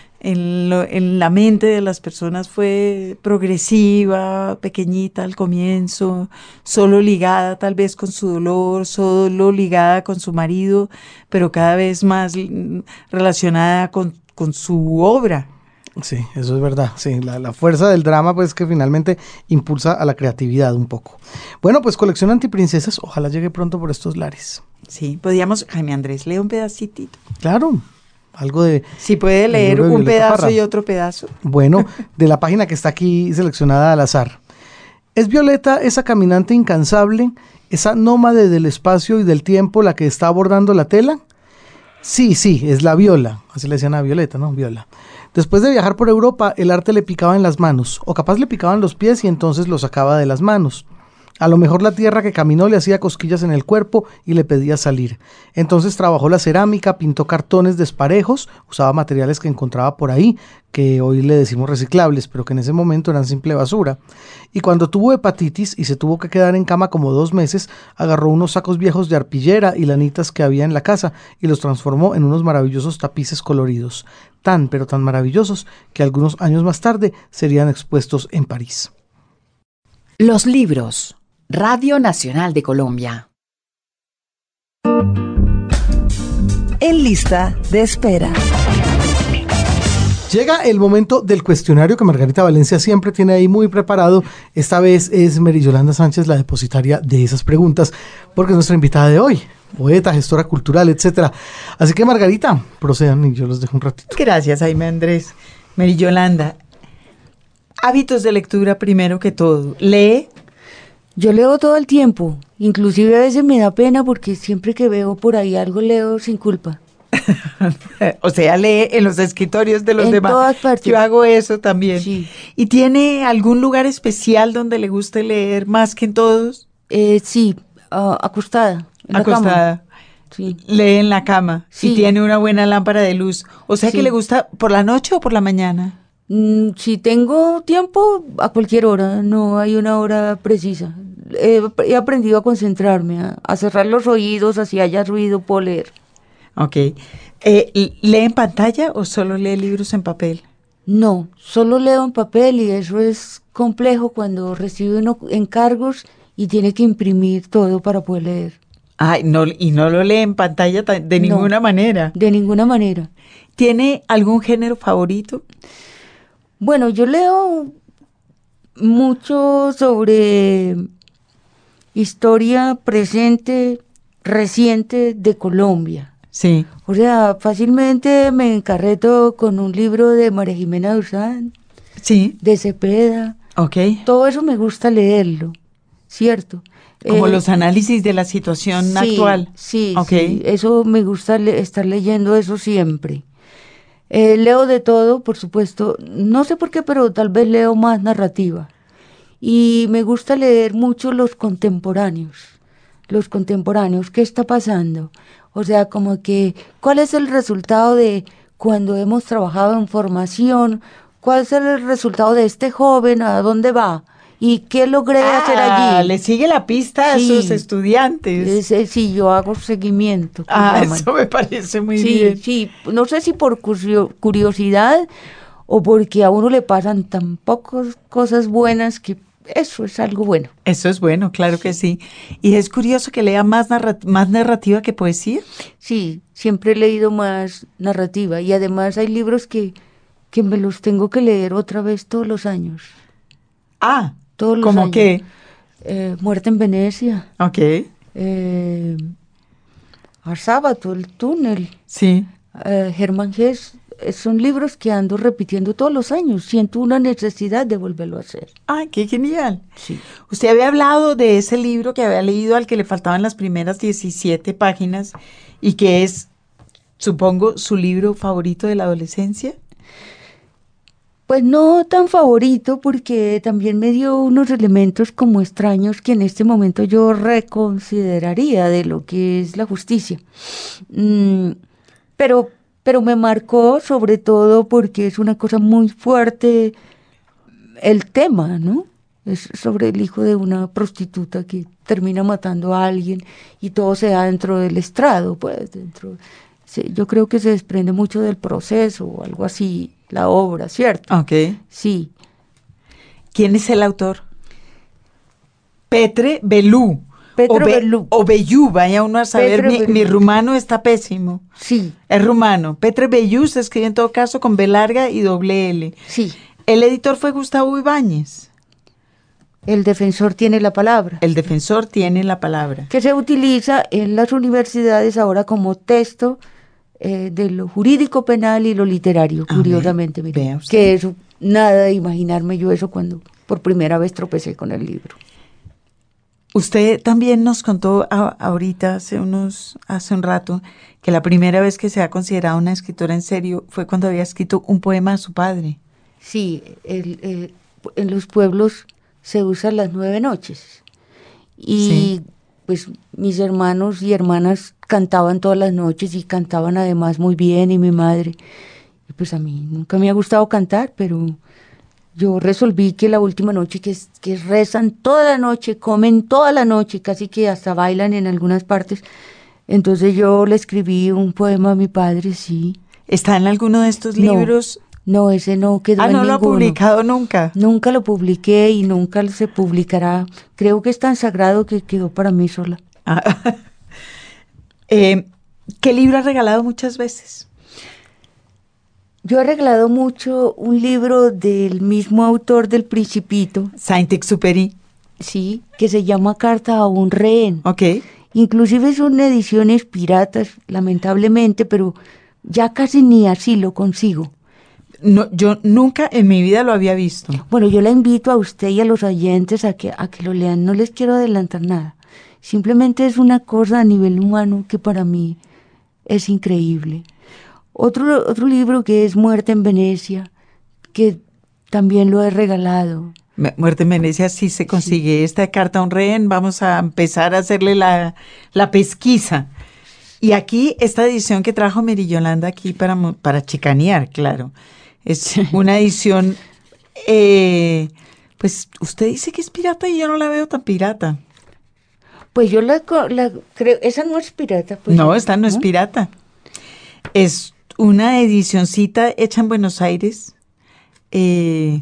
en, lo, en la mente de las personas fue progresiva, pequeñita al comienzo, solo ligada tal vez con su dolor, solo ligada con su marido, pero cada vez más relacionada con con su obra. Sí, eso es verdad. Sí, la, la fuerza del drama, pues, que finalmente impulsa a la creatividad un poco. Bueno, pues Colección Antiprincesas, ojalá llegue pronto por estos lares. Sí, podríamos, Jaime Andrés, lee un pedacitito. Claro, algo de... Si puede leer un pedazo y otro pedazo. Bueno, de la página que está aquí seleccionada al azar. ¿Es Violeta esa caminante incansable, esa nómade del espacio y del tiempo la que está abordando la tela? Sí, sí, es la Viola, así le decían a Violeta, ¿no? Viola. Después de viajar por Europa, el arte le picaba en las manos, o capaz le picaban los pies y entonces lo sacaba de las manos. A lo mejor la tierra que caminó le hacía cosquillas en el cuerpo y le pedía salir. Entonces trabajó la cerámica, pintó cartones desparejos, usaba materiales que encontraba por ahí, que hoy le decimos reciclables, pero que en ese momento eran simple basura. Y cuando tuvo hepatitis y se tuvo que quedar en cama como dos meses, agarró unos sacos viejos de arpillera y lanitas que había en la casa y los transformó en unos maravillosos tapices coloridos. Tan, pero tan maravillosos, que algunos años más tarde serían expuestos en París. Los libros. Radio Nacional de Colombia. En lista de espera. Llega el momento del cuestionario que Margarita Valencia siempre tiene ahí muy preparado. Esta vez es Mary Yolanda Sánchez la depositaria de esas preguntas, porque es nuestra invitada de hoy, poeta, gestora cultural, etcétera. Así que, Margarita, procedan y yo los dejo un ratito. Gracias, Jaime Andrés. Mary Yolanda, hábitos de lectura primero que todo. ¿Lee? Yo leo todo el tiempo, inclusive a veces me da pena porque siempre que veo por ahí algo leo sin culpa. O sea, lee en los escritorios de los en demás. Todas partes. Yo hago eso también. Sí. ¿Y tiene algún lugar especial donde le guste leer más que en todos? Eh, sí, uh, acostada. En Acostada. La cama. Sí. Lee en la cama. Sí. Y tiene una buena lámpara de luz. O sea, Sí. que le gusta por la noche o por la mañana. Mm, si tengo tiempo, a cualquier hora, no hay una hora precisa. He, he aprendido a concentrarme, a, a cerrar los oídos, así haya ruido, puedo leer. Ok. Eh, ¿Lee en pantalla o solo lee libros en papel? No, solo leo en papel y eso es complejo cuando recibe uno encargos y tiene que imprimir todo para poder leer. Ay, no, y no lo lee en pantalla ta- de No. ninguna manera. De ninguna manera. ¿Tiene algún género favorito? Bueno, yo leo mucho sobre historia presente, reciente de Colombia. Sí. O sea, fácilmente me encarreto con un libro de María Jimena Duzán, Sí. de Cepeda. Ok. Todo eso me gusta leerlo, ¿cierto? Como Eh, los análisis de la situación sí, actual. Sí, Ok. sí, eso me gusta le- estar leyendo eso siempre. Eh, leo de todo, por supuesto. No sé por qué, pero tal vez leo más narrativa. Y me gusta leer mucho los contemporáneos. Los contemporáneos, ¿qué está pasando? O sea, como que, ¿cuál es el resultado de cuando hemos trabajado en formación? ¿Cuál es el resultado de este joven? ¿A dónde va? ¿Y qué logré hacer Ah, allí? le sigue la pista Sí. a sus estudiantes. Ese, sí, yo hago seguimiento. que Ah, llaman. eso me parece muy Sí, bien. sí, no sé si por curio- curiosidad o porque a uno le pasan tan pocas cosas buenas que eso es algo bueno. Eso es bueno, claro que sí. Y es curioso que lea más, narra- más narrativa que poesía. Sí, siempre he leído más narrativa y además hay libros que, que me los tengo que leer otra vez todos los años. Ah, Todos los ¿cómo años. qué? Eh, Muerte en Venecia, Ok, eh, Arzábato, El túnel, sí. eh, Germán Gess. eh, Son libros que ando repitiendo todos los años. Siento una necesidad de volverlo a hacer. Ay, qué genial. Sí. Usted había hablado de ese libro que había leído al que le faltaban las primeras diecisiete páginas y que es, supongo, su libro favorito de la adolescencia. Pues no tan favorito porque también me dio unos elementos como extraños que en este momento yo reconsideraría de lo que es la justicia. Mm, pero, pero me marcó sobre todo porque es una cosa muy fuerte el tema, ¿no? Es sobre el hijo de una prostituta que termina matando a alguien y todo se da dentro del estrado, pues dentro. se- Yo creo que se desprende mucho del proceso o algo así, la obra, ¿cierto? Ok. Sí. ¿Quién es el autor? Petre Belú. Petro o, Be- Bellú. o Bellú, vaya uno a saber, Petro mi, Bellú. mi rumano está pésimo. Sí, Es rumano. Petro Bellú se escribe en todo caso con B larga y doble L. sí. El editor fue Gustavo Ibáñez. El defensor tiene la palabra. El defensor tiene la palabra. Que se utiliza en las universidades ahora como texto eh, de lo jurídico penal y lo literario, A curiosamente. ver, mire, vea usted. que eso, nada de imaginarme yo eso cuando por primera vez tropecé con el libro. Usted también nos contó a- ahorita, hace unos, hace un rato, que la primera vez que se ha considerado una escritora en serio fue cuando había escrito un poema a su padre. Sí, el, eh, en los pueblos se usan las nueve noches. Y Sí. pues mis hermanos y hermanas cantaban todas las noches y cantaban además muy bien, y mi madre. Y pues a mí nunca me ha gustado cantar, pero yo resolví que la última noche, que, es- que rezan toda la noche, comen toda la noche, casi que hasta bailan en algunas partes. Entonces yo le escribí un poema a mi padre, sí. ¿Está en alguno de estos No. libros? No, ese no quedó Ah, en no lo ha ninguno. publicado nunca. Nunca lo publiqué y nunca se publicará. Creo que es tan sagrado que quedó para mí sola. Ah. Eh, ¿Qué libro ha regalado muchas veces? Yo he regalado mucho un libro del mismo autor del Principito, Saint-Exupéry. sí, que se llama Carta a un rehén. Ok. Inclusive son ediciones piratas, lamentablemente, pero ya casi ni así lo consigo. No, yo nunca en mi vida lo había visto. Bueno, yo la invito a usted y a los oyentes a que, a que lo lean. No les quiero adelantar nada. Simplemente es una cosa a nivel humano que para mí es increíble. Otro, otro libro que es Muerte en Venecia, que también lo he regalado. Me- Muerte en Venecia sí se consigue. Esta carta a un rehén, vamos a empezar a hacerle la, la pesquisa. Y aquí, esta edición que trajo Mary Yolanda aquí para, mo- para chicanear, claro. Es una edición, eh, pues usted dice que es pirata y yo no la veo tan pirata. Pues yo la, co- la creo, esa no es pirata. Pues, No, esta no es pirata. Es una edicioncita hecha en Buenos Aires. Eh,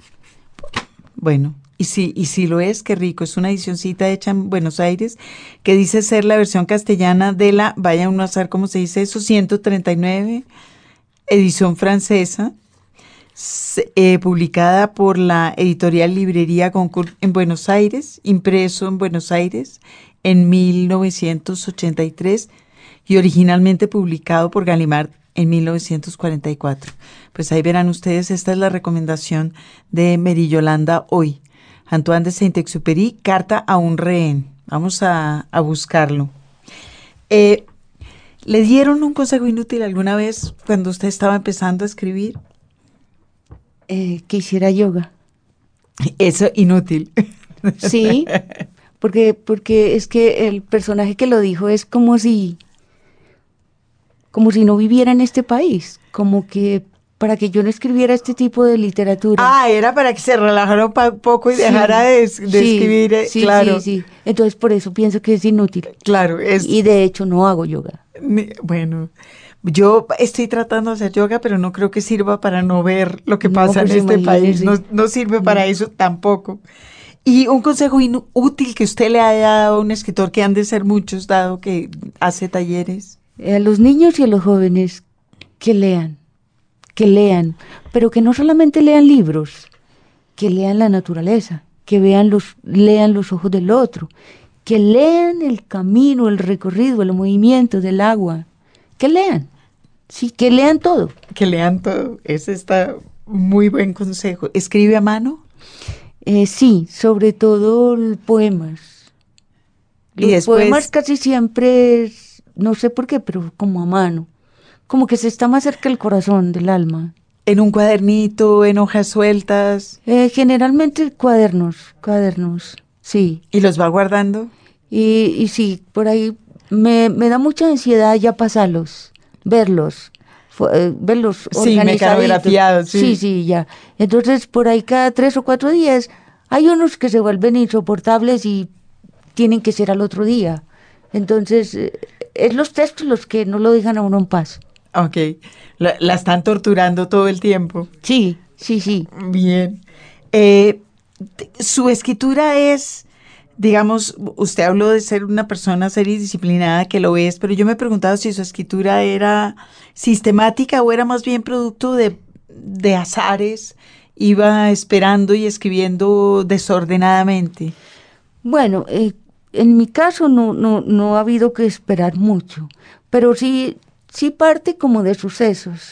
bueno, y si, y si lo es, qué rico. Es una edicioncita hecha en Buenos Aires que dice ser la versión castellana de la, vaya uno a saber cómo se dice eso, ciento treinta y nueve, edición francesa, s- eh, publicada por la editorial Librería Goncourt en Buenos Aires, impreso en Buenos Aires en mil novecientos ochenta y tres y originalmente publicado por Gallimard en mil novecientos cuarenta y cuatro. Pues ahí verán ustedes, esta es la recomendación de Mary Yolanda hoy. Antoine de Saint-Exupéry, Carta a un rehén. Vamos a, a buscarlo. Eh, ¿Le dieron un consejo inútil alguna vez cuando usted estaba empezando a escribir? eh, que hiciera yoga. Eso, inútil. Sí, porque, porque es que el personaje que lo dijo es como si, como si no viviera en este país, como que para que yo no escribiera este tipo de literatura. Ah, era para que se relajara un pa- poco y Sí, dejara de, es- de sí, escribir. eh, sí, claro, sí, sí. Entonces por eso pienso que es inútil. claro. Es, Y de hecho no hago yoga. ni- bueno, yo estoy tratando de hacer yoga, pero no creo que sirva para no ver lo que No, pasa pues en este país. imagínese. No, no sirve para eso tampoco. Y un consejo inu- útil que usted le haya dado a un escritor, que han de ser muchos, dado que hace talleres. Eh, A los niños y a los jóvenes que lean, que lean, pero que no solamente lean libros, que lean la naturaleza, que vean los, lean los ojos del otro, que lean el camino, el recorrido, el movimiento del agua, que lean, sí, que lean todo. Que lean todo. Ese está muy buen consejo. ¿Escribe a mano? Eh, sí, sobre todo l- poemas. Y Los después- poemas casi siempre, es- no sé por qué, pero como a mano, como que se está más cerca del corazón, del alma. ¿En un cuadernito, en hojas sueltas? Eh, generalmente cuadernos, cuadernos, sí. ¿Y los va guardando? Y, y sí, por ahí me, me da mucha ansiedad ya pasarlos, verlos, fu- eh, verlos Sí, organizaditos. mecanografiados, sí. Sí, sí, ya. Entonces, por ahí cada tres o cuatro días, hay unos que se vuelven insoportables y tienen que ser al otro día. Entonces, eh, es los textos los que no lo dejan a uno en paz. Ok. La, la están torturando todo el tiempo. Sí, sí, sí. Bien. Eh, t- ¿Su escritura es digamos, usted habló de ser una persona seria y disciplinada, que lo es, pero yo me he preguntado si su escritura era sistemática o era más bien producto de, de azares, iba esperando y escribiendo desordenadamente. Bueno, eh, en mi caso no, no, no ha habido que esperar mucho, pero sí, sí parte como de sucesos,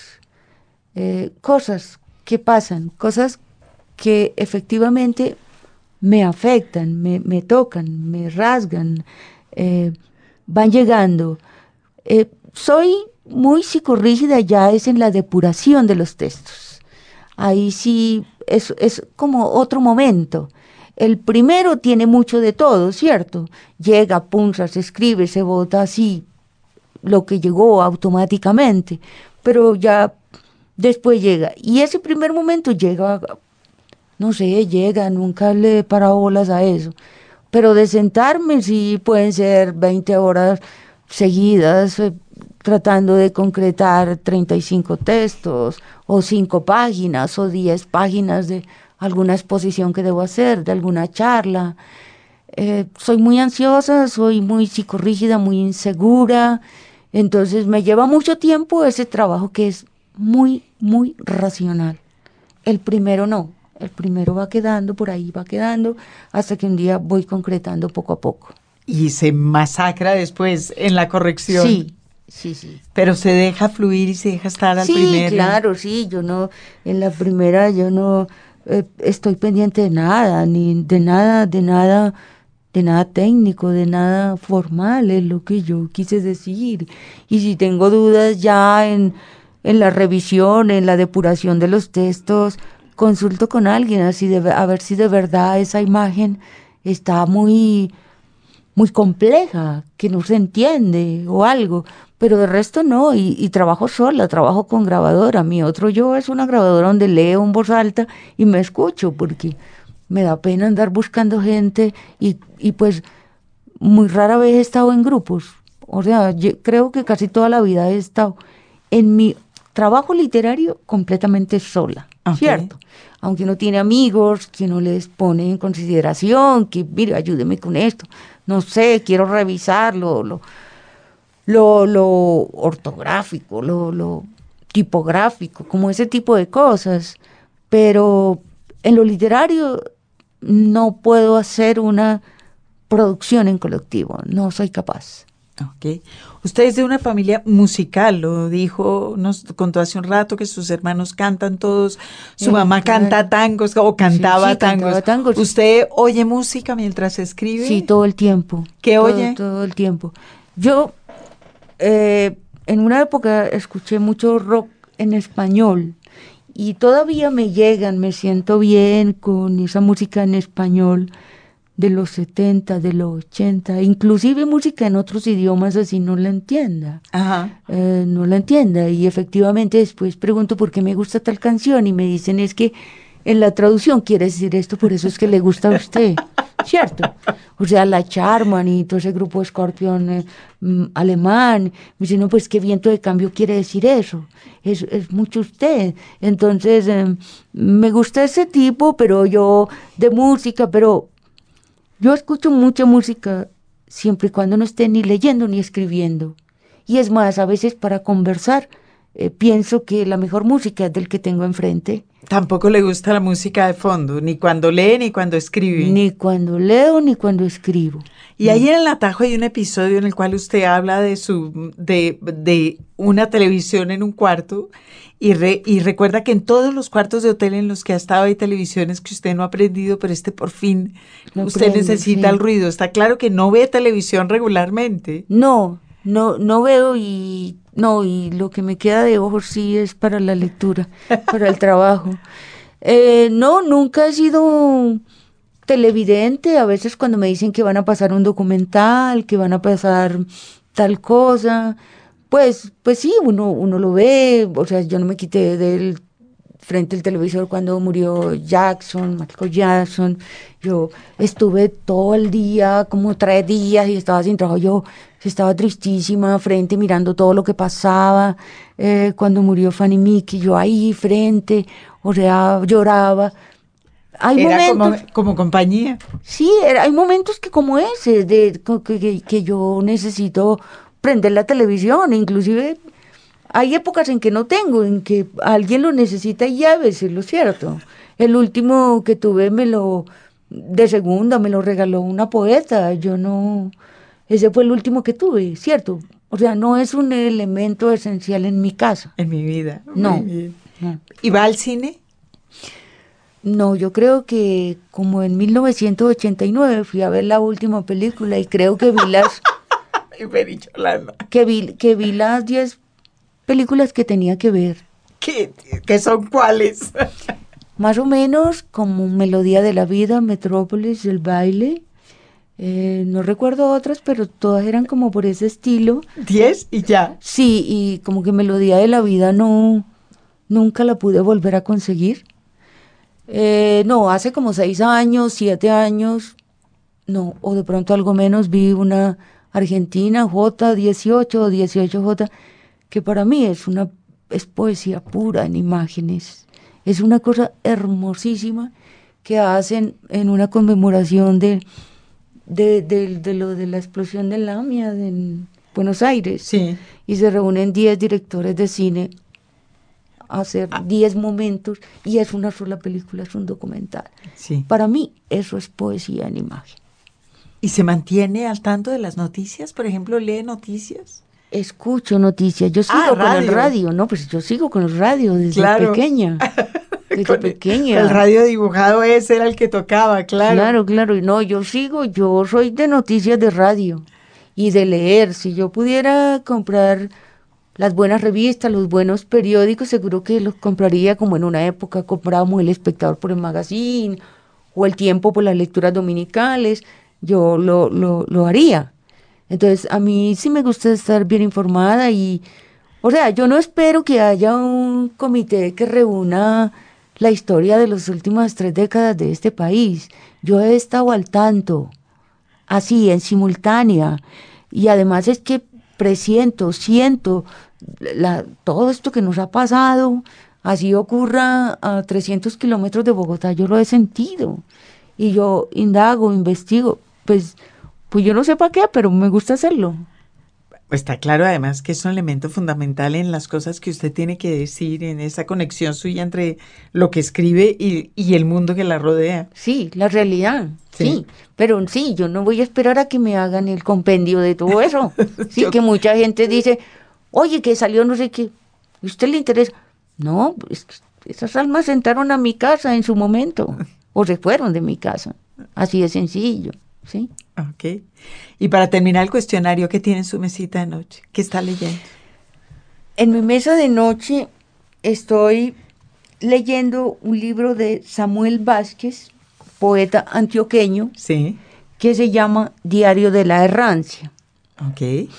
eh, cosas que pasan, cosas que efectivamente me afectan, me, me tocan, me rasgan, eh, van llegando. Eh, soy muy psicorrígida ya es en la depuración de los textos. Ahí sí es, es como otro momento. El primero tiene mucho de todo, ¿cierto? Llega, punza, se escribe, se vota así, lo que llegó automáticamente, pero ya después llega. Y ese primer momento llega, no sé, llega, nunca le he parado bolas a eso. Pero de sentarme, sí, pueden ser veinte horas seguidas, eh, tratando de concretar treinta y cinco textos, o cinco páginas, o diez páginas de alguna exposición que debo hacer, de alguna charla. Eh, soy muy ansiosa, soy muy psicorrígida, muy insegura, entonces me lleva mucho tiempo ese trabajo que es muy, muy racional. El primero no, el primero va quedando, por ahí va quedando, hasta que un día voy concretando poco a poco. Y se masacra después en la corrección. Sí, sí, sí. Pero se deja fluir y se deja estar al sí, primero. Sí, claro, sí, yo no, en la primera yo no eh, estoy pendiente de nada, ni de nada, de nada, de nada técnico, de nada formal, es lo que yo quise decir. Y si tengo dudas ya en, en la revisión, en la depuración de los textos, consulto con alguien, así de, a ver si de verdad esa imagen está muy, muy compleja, que no se entiende o algo, pero de resto no, y, y trabajo sola, trabajo con grabadora. Mi otro yo es una grabadora donde leo en voz alta y me escucho, porque me da pena andar buscando gente y, y pues muy rara vez he estado en grupos. O sea, yo creo que casi toda la vida he estado en mi trabajo literario completamente sola, okay. ¿Cierto? Aunque uno tiene amigos que uno les pone en consideración, que mire, ayúdeme con esto, no sé, quiero revisarlo, lo, lo, lo ortográfico, lo, lo tipográfico, como ese tipo de cosas, pero en lo literario no puedo hacer una producción en colectivo, no soy capaz. Ok. Usted es de una familia musical, lo dijo, nos contó hace un rato que sus hermanos cantan todos, su eh, mamá claro. canta tangos o cantaba, sí, sí, tangos. cantaba tangos. ¿Usted oye música mientras escribe? Sí, todo el tiempo. ¿Qué todo, oye? Todo el tiempo. Yo eh, en una época escuché mucho rock en español y todavía me llegan, me siento bien con esa música en español de los setenta, de los ochenta, inclusive música en otros idiomas así no la entienda, Ajá. Eh, no la entienda, y efectivamente después pregunto por qué me gusta tal canción y me dicen es que en la traducción quiere decir esto, por eso es que le gusta a usted, ¿cierto? O sea, la Charman y todo ese grupo Scorpion eh, mm, alemán, me dicen, no, pues qué viento de cambio quiere decir eso, es, es mucho usted, entonces eh, me gusta ese tipo, pero yo, de música, pero yo escucho mucha música siempre y cuando no esté ni leyendo ni escribiendo. Y es más, a veces para conversar eh, pienso que la mejor música es del que tengo enfrente. Tampoco le gusta la música de fondo, ni cuando lee ni cuando escribe. Ni cuando leo ni cuando escribo. Y ahí en el Atajo hay un episodio en el cual usted habla de su de, de una televisión en un cuarto y, re, y recuerda que en todos los cuartos de hotel en los que ha estado hay televisiones que usted no ha aprendido, pero este por fin no usted prende, necesita sí. el ruido. Está claro que no ve televisión regularmente. No, no, no veo y no, y lo que me queda de ojos sí es para la lectura, para el trabajo. Eh, no, nunca he sido televidente. A veces cuando me dicen que van a pasar un documental, que van a pasar tal cosa, pues, pues sí, uno, uno lo ve. O sea, yo no me quité del frente del televisor cuando murió Jackson, Michael Jackson. Yo estuve todo el día, como tres días, y estaba sin trabajo. Yo estaba tristísima, frente, mirando todo lo que pasaba. Eh, cuando murió Fanny Mickey, yo ahí frente, o sea, lloraba. hay Era momentos, como, como compañía. sí, era- hay momentos que como ese, de, co- que, que- que yo necesito prender la televisión, inclusive hay épocas en que no tengo, en que alguien lo necesita y lléveselo, ¿cierto? El último que tuve me lo, de segunda, me lo regaló una poeta, yo no, ese fue el último que tuve, ¿cierto? O sea, no es un elemento esencial en mi casa, En mi vida. No. Muy bien. no. ¿Y va al cine? No, yo creo que como en mil novecientos ochenta y nueve fui a ver la última película y creo que vi las, Ay, Mary Yolanda. que vi, que vi las diez películas que tenía que ver. ¿Qué, qué son cuáles? Más o menos como Melodía de la Vida, Metrópolis, El Baile. Eh, no recuerdo otras, pero todas eran como por ese estilo. Diez y ya. Sí, y como que Melodía de la Vida no, nunca la pude volver a conseguir. Eh, no, hace como seis años, siete años, no, o de pronto algo menos, vi una Argentina J dieciocho o dieciocho J, que para mí es una, es poesía pura en imágenes. Es una cosa hermosísima que hacen en una conmemoración de, de, de, de lo de la explosión de Lamia en Buenos Aires. Sí. Y se reúnen diez directores de cine a hacer diez momentos y es una sola película, es un documental. Sí. Para mí eso es poesía en imagen. ¿Y se mantiene al tanto de las noticias? Por ejemplo, ¿lee noticias? Escucho noticias, yo sigo Ah, con el radio. radio, no, pues yo sigo con el radio desde Claro. pequeña. Desde Con el- pequeña. El radio dibujado ese era el que tocaba, claro. Claro, claro, y no, yo sigo, yo soy de noticias de radio y de leer. Si yo pudiera comprar las buenas revistas, los buenos periódicos, seguro que los compraría como en una época comprábamos El Espectador por el Magazine o El Tiempo por las lecturas dominicales, yo lo, lo, lo haría. Entonces, a mí sí me gusta estar bien informada y, o sea, yo no espero que haya un comité que reúna la historia de las últimas tres décadas de este país. Yo he estado al tanto, así, en simultánea, y además es que presiento, siento la, todo esto que nos ha pasado, así ocurra a trescientos kilómetros de Bogotá, yo lo he sentido, y yo indago, investigo, pues... Pues yo no sé para qué, pero me gusta hacerlo. Está claro además que es un elemento fundamental en las cosas que usted tiene que decir, en esa conexión suya entre lo que escribe y, y el mundo que la rodea. Sí, la realidad, sí. Sí. Pero sí, yo no voy a esperar a que me hagan el compendio de todo eso. Sí, Yo- que mucha gente dice, oye, que salió no sé qué, ¿a usted le interesa? No, pues, esas almas entraron a mi casa en su momento, o se fueron de mi casa. Así de sencillo, ¿sí? Ok. Y para terminar el cuestionario, ¿qué tiene en su mesita de noche? ¿Qué está leyendo? En mi mesa de noche estoy leyendo un libro de Samuel Vázquez, poeta antioqueño, Sí. que se llama Diario de la Errancia. Ok.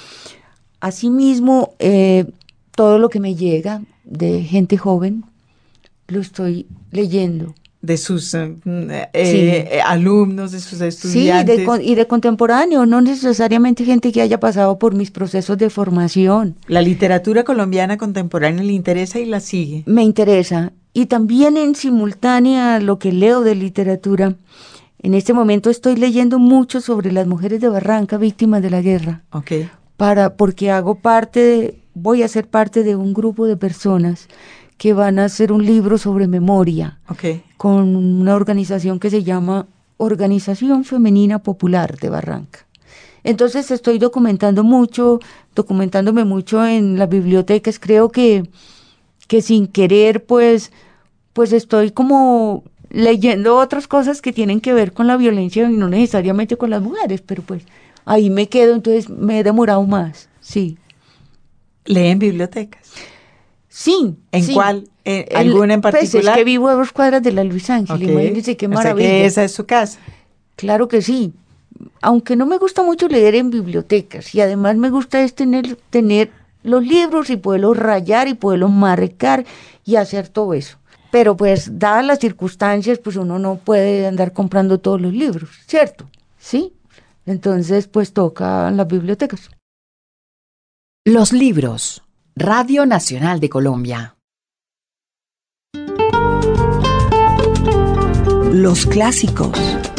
Asimismo, eh, todo lo que me llega de gente joven, lo estoy leyendo. De sus eh, eh, eh, alumnos, de sus Sí, estudiantes. de con- y de contemporáneo, no necesariamente gente que haya pasado por mis procesos de formación. La literatura colombiana contemporánea le interesa y la sigue. Me interesa. Y también en simultánea lo que leo de literatura. En este momento estoy leyendo mucho sobre las mujeres de Barranca víctimas de la guerra, Ok. para, porque hago parte, de, voy a ser parte de un grupo de personas que van a hacer un libro sobre memoria Ok. con una organización que se llama Organización Femenina Popular de Barranca. Entonces estoy documentando mucho, documentándome mucho en las bibliotecas. Creo que, que sin querer, pues, pues estoy como leyendo otras cosas que tienen que ver con la violencia y no necesariamente con las mujeres, pero pues ahí me quedo, entonces me he demorado más, sí. ¿Lee en bibliotecas? Sí. ¿En sí. cuál? ¿En El- alguna en Pues particular? es que vivo a dos cuadras de la Luis Ángel, Ok. imagínense qué O sea maravilla. que esa es su casa. Claro que sí. Aunque no me gusta mucho leer en bibliotecas y además me gusta es tener, tener los libros y poderlos rayar y poderlos marcar y hacer todo eso. Pero pues dadas las circunstancias, pues uno no puede andar comprando todos los libros, ¿cierto? ¿Sí? Entonces pues toca las bibliotecas. Los libros. Radio Nacional de Colombia. Los clásicos.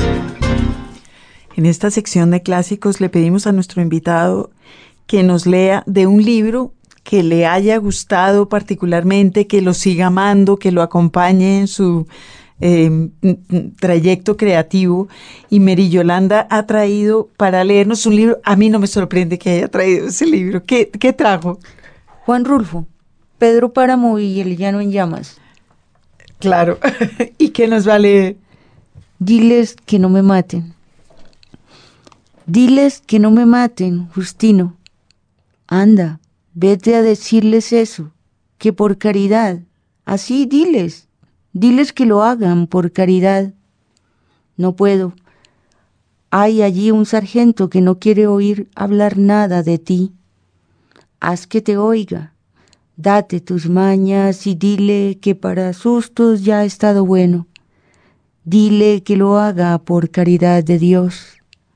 En esta sección de clásicos le pedimos a nuestro invitado que nos lea de un libro que le haya gustado particularmente, que lo siga amando, que lo acompañe en su eh, trayecto creativo. Y Mary Yolanda ha traído para leernos un libro. A mí no me sorprende que haya traído ese libro. ¿Qué, qué trajo? Juan Rulfo, Pedro Páramo y El llano en llamas. Claro. ¿Y qué nos va a leer? Diles que no me maten. Diles que no me maten, Justino. Anda, vete a decirles eso, que por caridad, así diles, diles que lo hagan por caridad. No puedo. Hay allí un sargento que no quiere oír hablar nada de ti. Haz que te oiga, date tus mañas y dile que para sustos ya ha estado bueno. Dile que lo haga por caridad de Dios.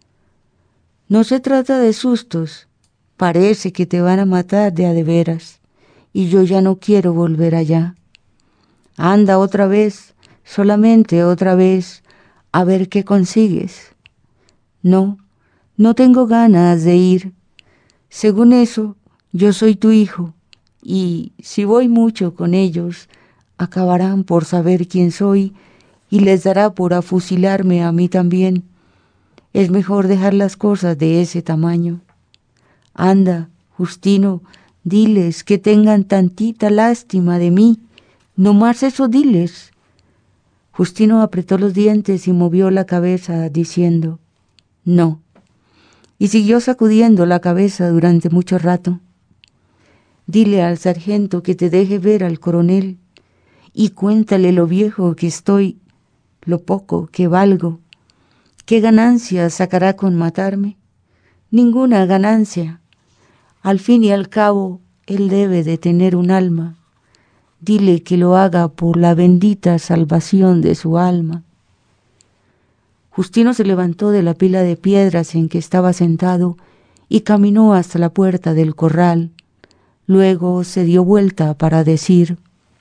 No se trata de sustos. Parece que te van a matar de a de veras, y yo ya no quiero volver allá. Anda otra vez, solamente otra vez, a ver qué consigues. No, no tengo ganas de ir. Según eso, yo soy tu hijo, y si voy mucho con ellos, acabarán por saber quién soy, y les dará por afusilarme a mí también. Es mejor dejar las cosas de ese tamaño. Anda, Justino, diles que tengan tantita lástima de mí. No más eso diles. Justino apretó los dientes y movió la cabeza diciendo, no. Y siguió sacudiendo la cabeza durante mucho rato. Dile al sargento que te deje ver al coronel y cuéntale lo viejo que estoy, lo poco que valgo. ¿Qué ganancia sacará con matarme? Ninguna ganancia. Al fin y al cabo, él debe de tener un alma. Dile que lo haga por la bendita salvación de su alma. Justino se levantó de la pila de piedras en que estaba sentado y caminó hasta la puerta del corral. Luego se dio vuelta para decir,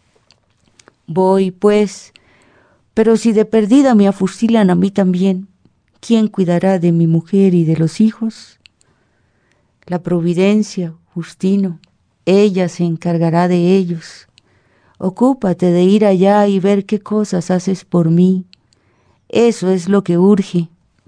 voy pues, pero si de perdida me afusilan a mí también, ¿quién cuidará de mi mujer y de los hijos? La providencia, Justino, ella se encargará de ellos. Ocúpate de ir allá y ver qué cosas haces por mí. Eso es lo que urge.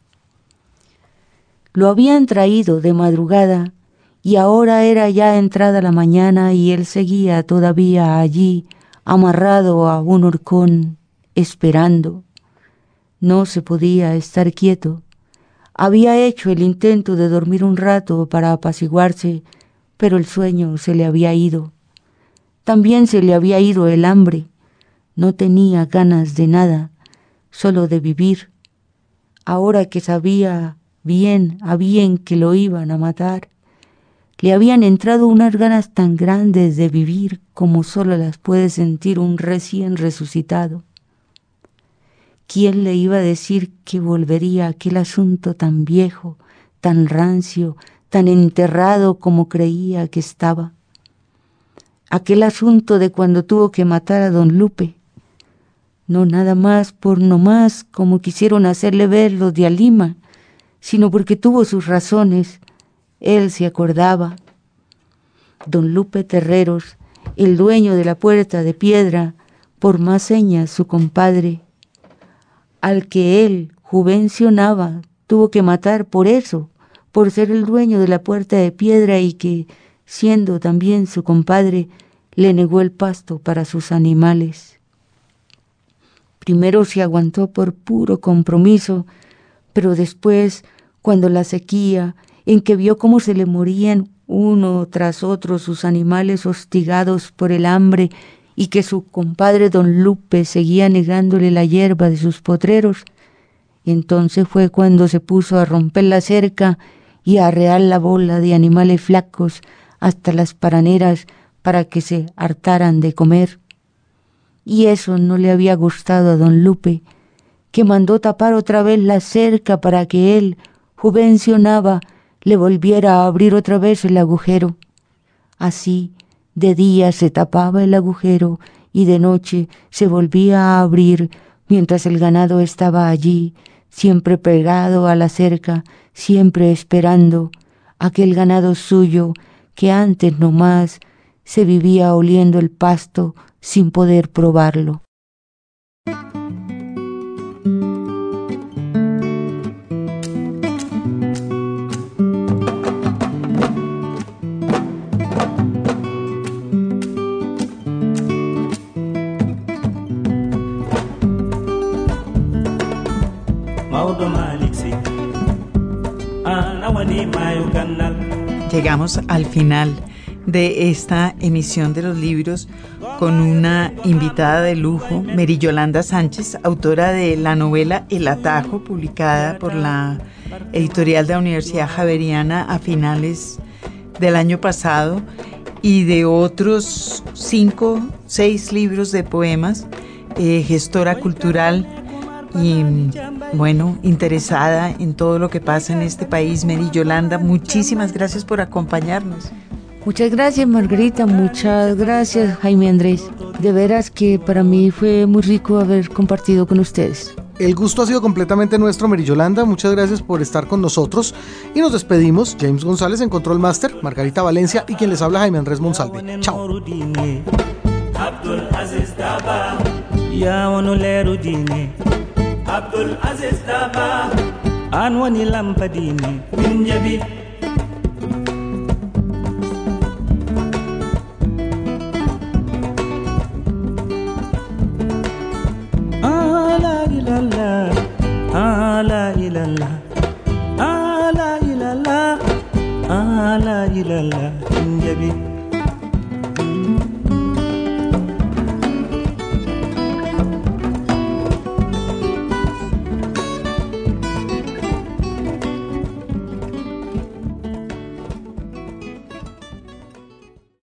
Lo habían traído de madrugada y ahora era ya entrada la mañana y él seguía todavía allí, amarrado a un horcón, esperando. No se podía estar quieto. Había hecho el intento de dormir un rato para apaciguarse, pero el sueño se le había ido. También se le había ido el hambre. No tenía ganas de nada, solo de vivir. Ahora que sabía bien a bien que lo iban a matar, le habían entrado unas ganas tan grandes de vivir como solo las puede sentir un recién resucitado. ¿Quién le iba a decir que volvería aquel asunto tan viejo, tan rancio, tan enterrado como creía que estaba? Aquel asunto de cuando tuvo que matar a don Lupe. No nada más por no más como quisieron hacerle ver los de Alima, sino porque tuvo sus razones. Él se acordaba. Don Lupe Terreros, el dueño de la puerta de piedra, por más señas su compadre, al que él juvencionaba, tuvo que matar por eso, por ser el dueño de la puerta de piedra y que, siendo también su compadre, le negó el pasto para sus animales. Primero se aguantó por puro compromiso, pero después, cuando la sequía, en que vio cómo se le morían uno tras otro sus animales hostigados por el hambre y que su compadre don Lupe seguía negándole la hierba de sus potreros, entonces fue cuando se puso a romper la cerca y a arrear la bola de animales flacos hasta las paraneras para que se hartaran de comer. Y eso no le había gustado a don Lupe, que mandó tapar otra vez la cerca para que él, juvencionaba, le volviera a abrir otra vez el agujero. Así, de día se tapaba el agujero y de noche se volvía a abrir, mientras el ganado estaba allí, siempre pegado a la cerca, siempre esperando, aquel ganado suyo que antes nomás se vivía oliendo el pasto sin poder probarlo. Llegamos al final de esta emisión de los libros con una invitada de lujo, Mary Yolanda Sánchez, autora de la novela El Atajo, publicada por la editorial de la Universidad Javeriana a finales del año pasado, y de otros cinco, seis libros de poemas, eh, gestora cultural y, bueno, interesada en todo lo que pasa en este país. Mary Yolanda, muchísimas gracias por acompañarnos. Muchas gracias, Margarita, muchas gracias, Jaime Andrés. De veras que para mí fue muy rico haber compartido con ustedes. El gusto ha sido completamente nuestro, Mary Yolanda. Muchas gracias por estar con nosotros. Y nos despedimos. James González en Control Master, Margarita Valencia y quien les habla, Jaime Andrés Monsalve. Chao. Abdul Aziz Daba, ya wanu leru dine. Abdul Aziz Daba, an wani lampadine. Min jabi. Ah, la ilallah, ah, la ilallah, ah, la ilallah.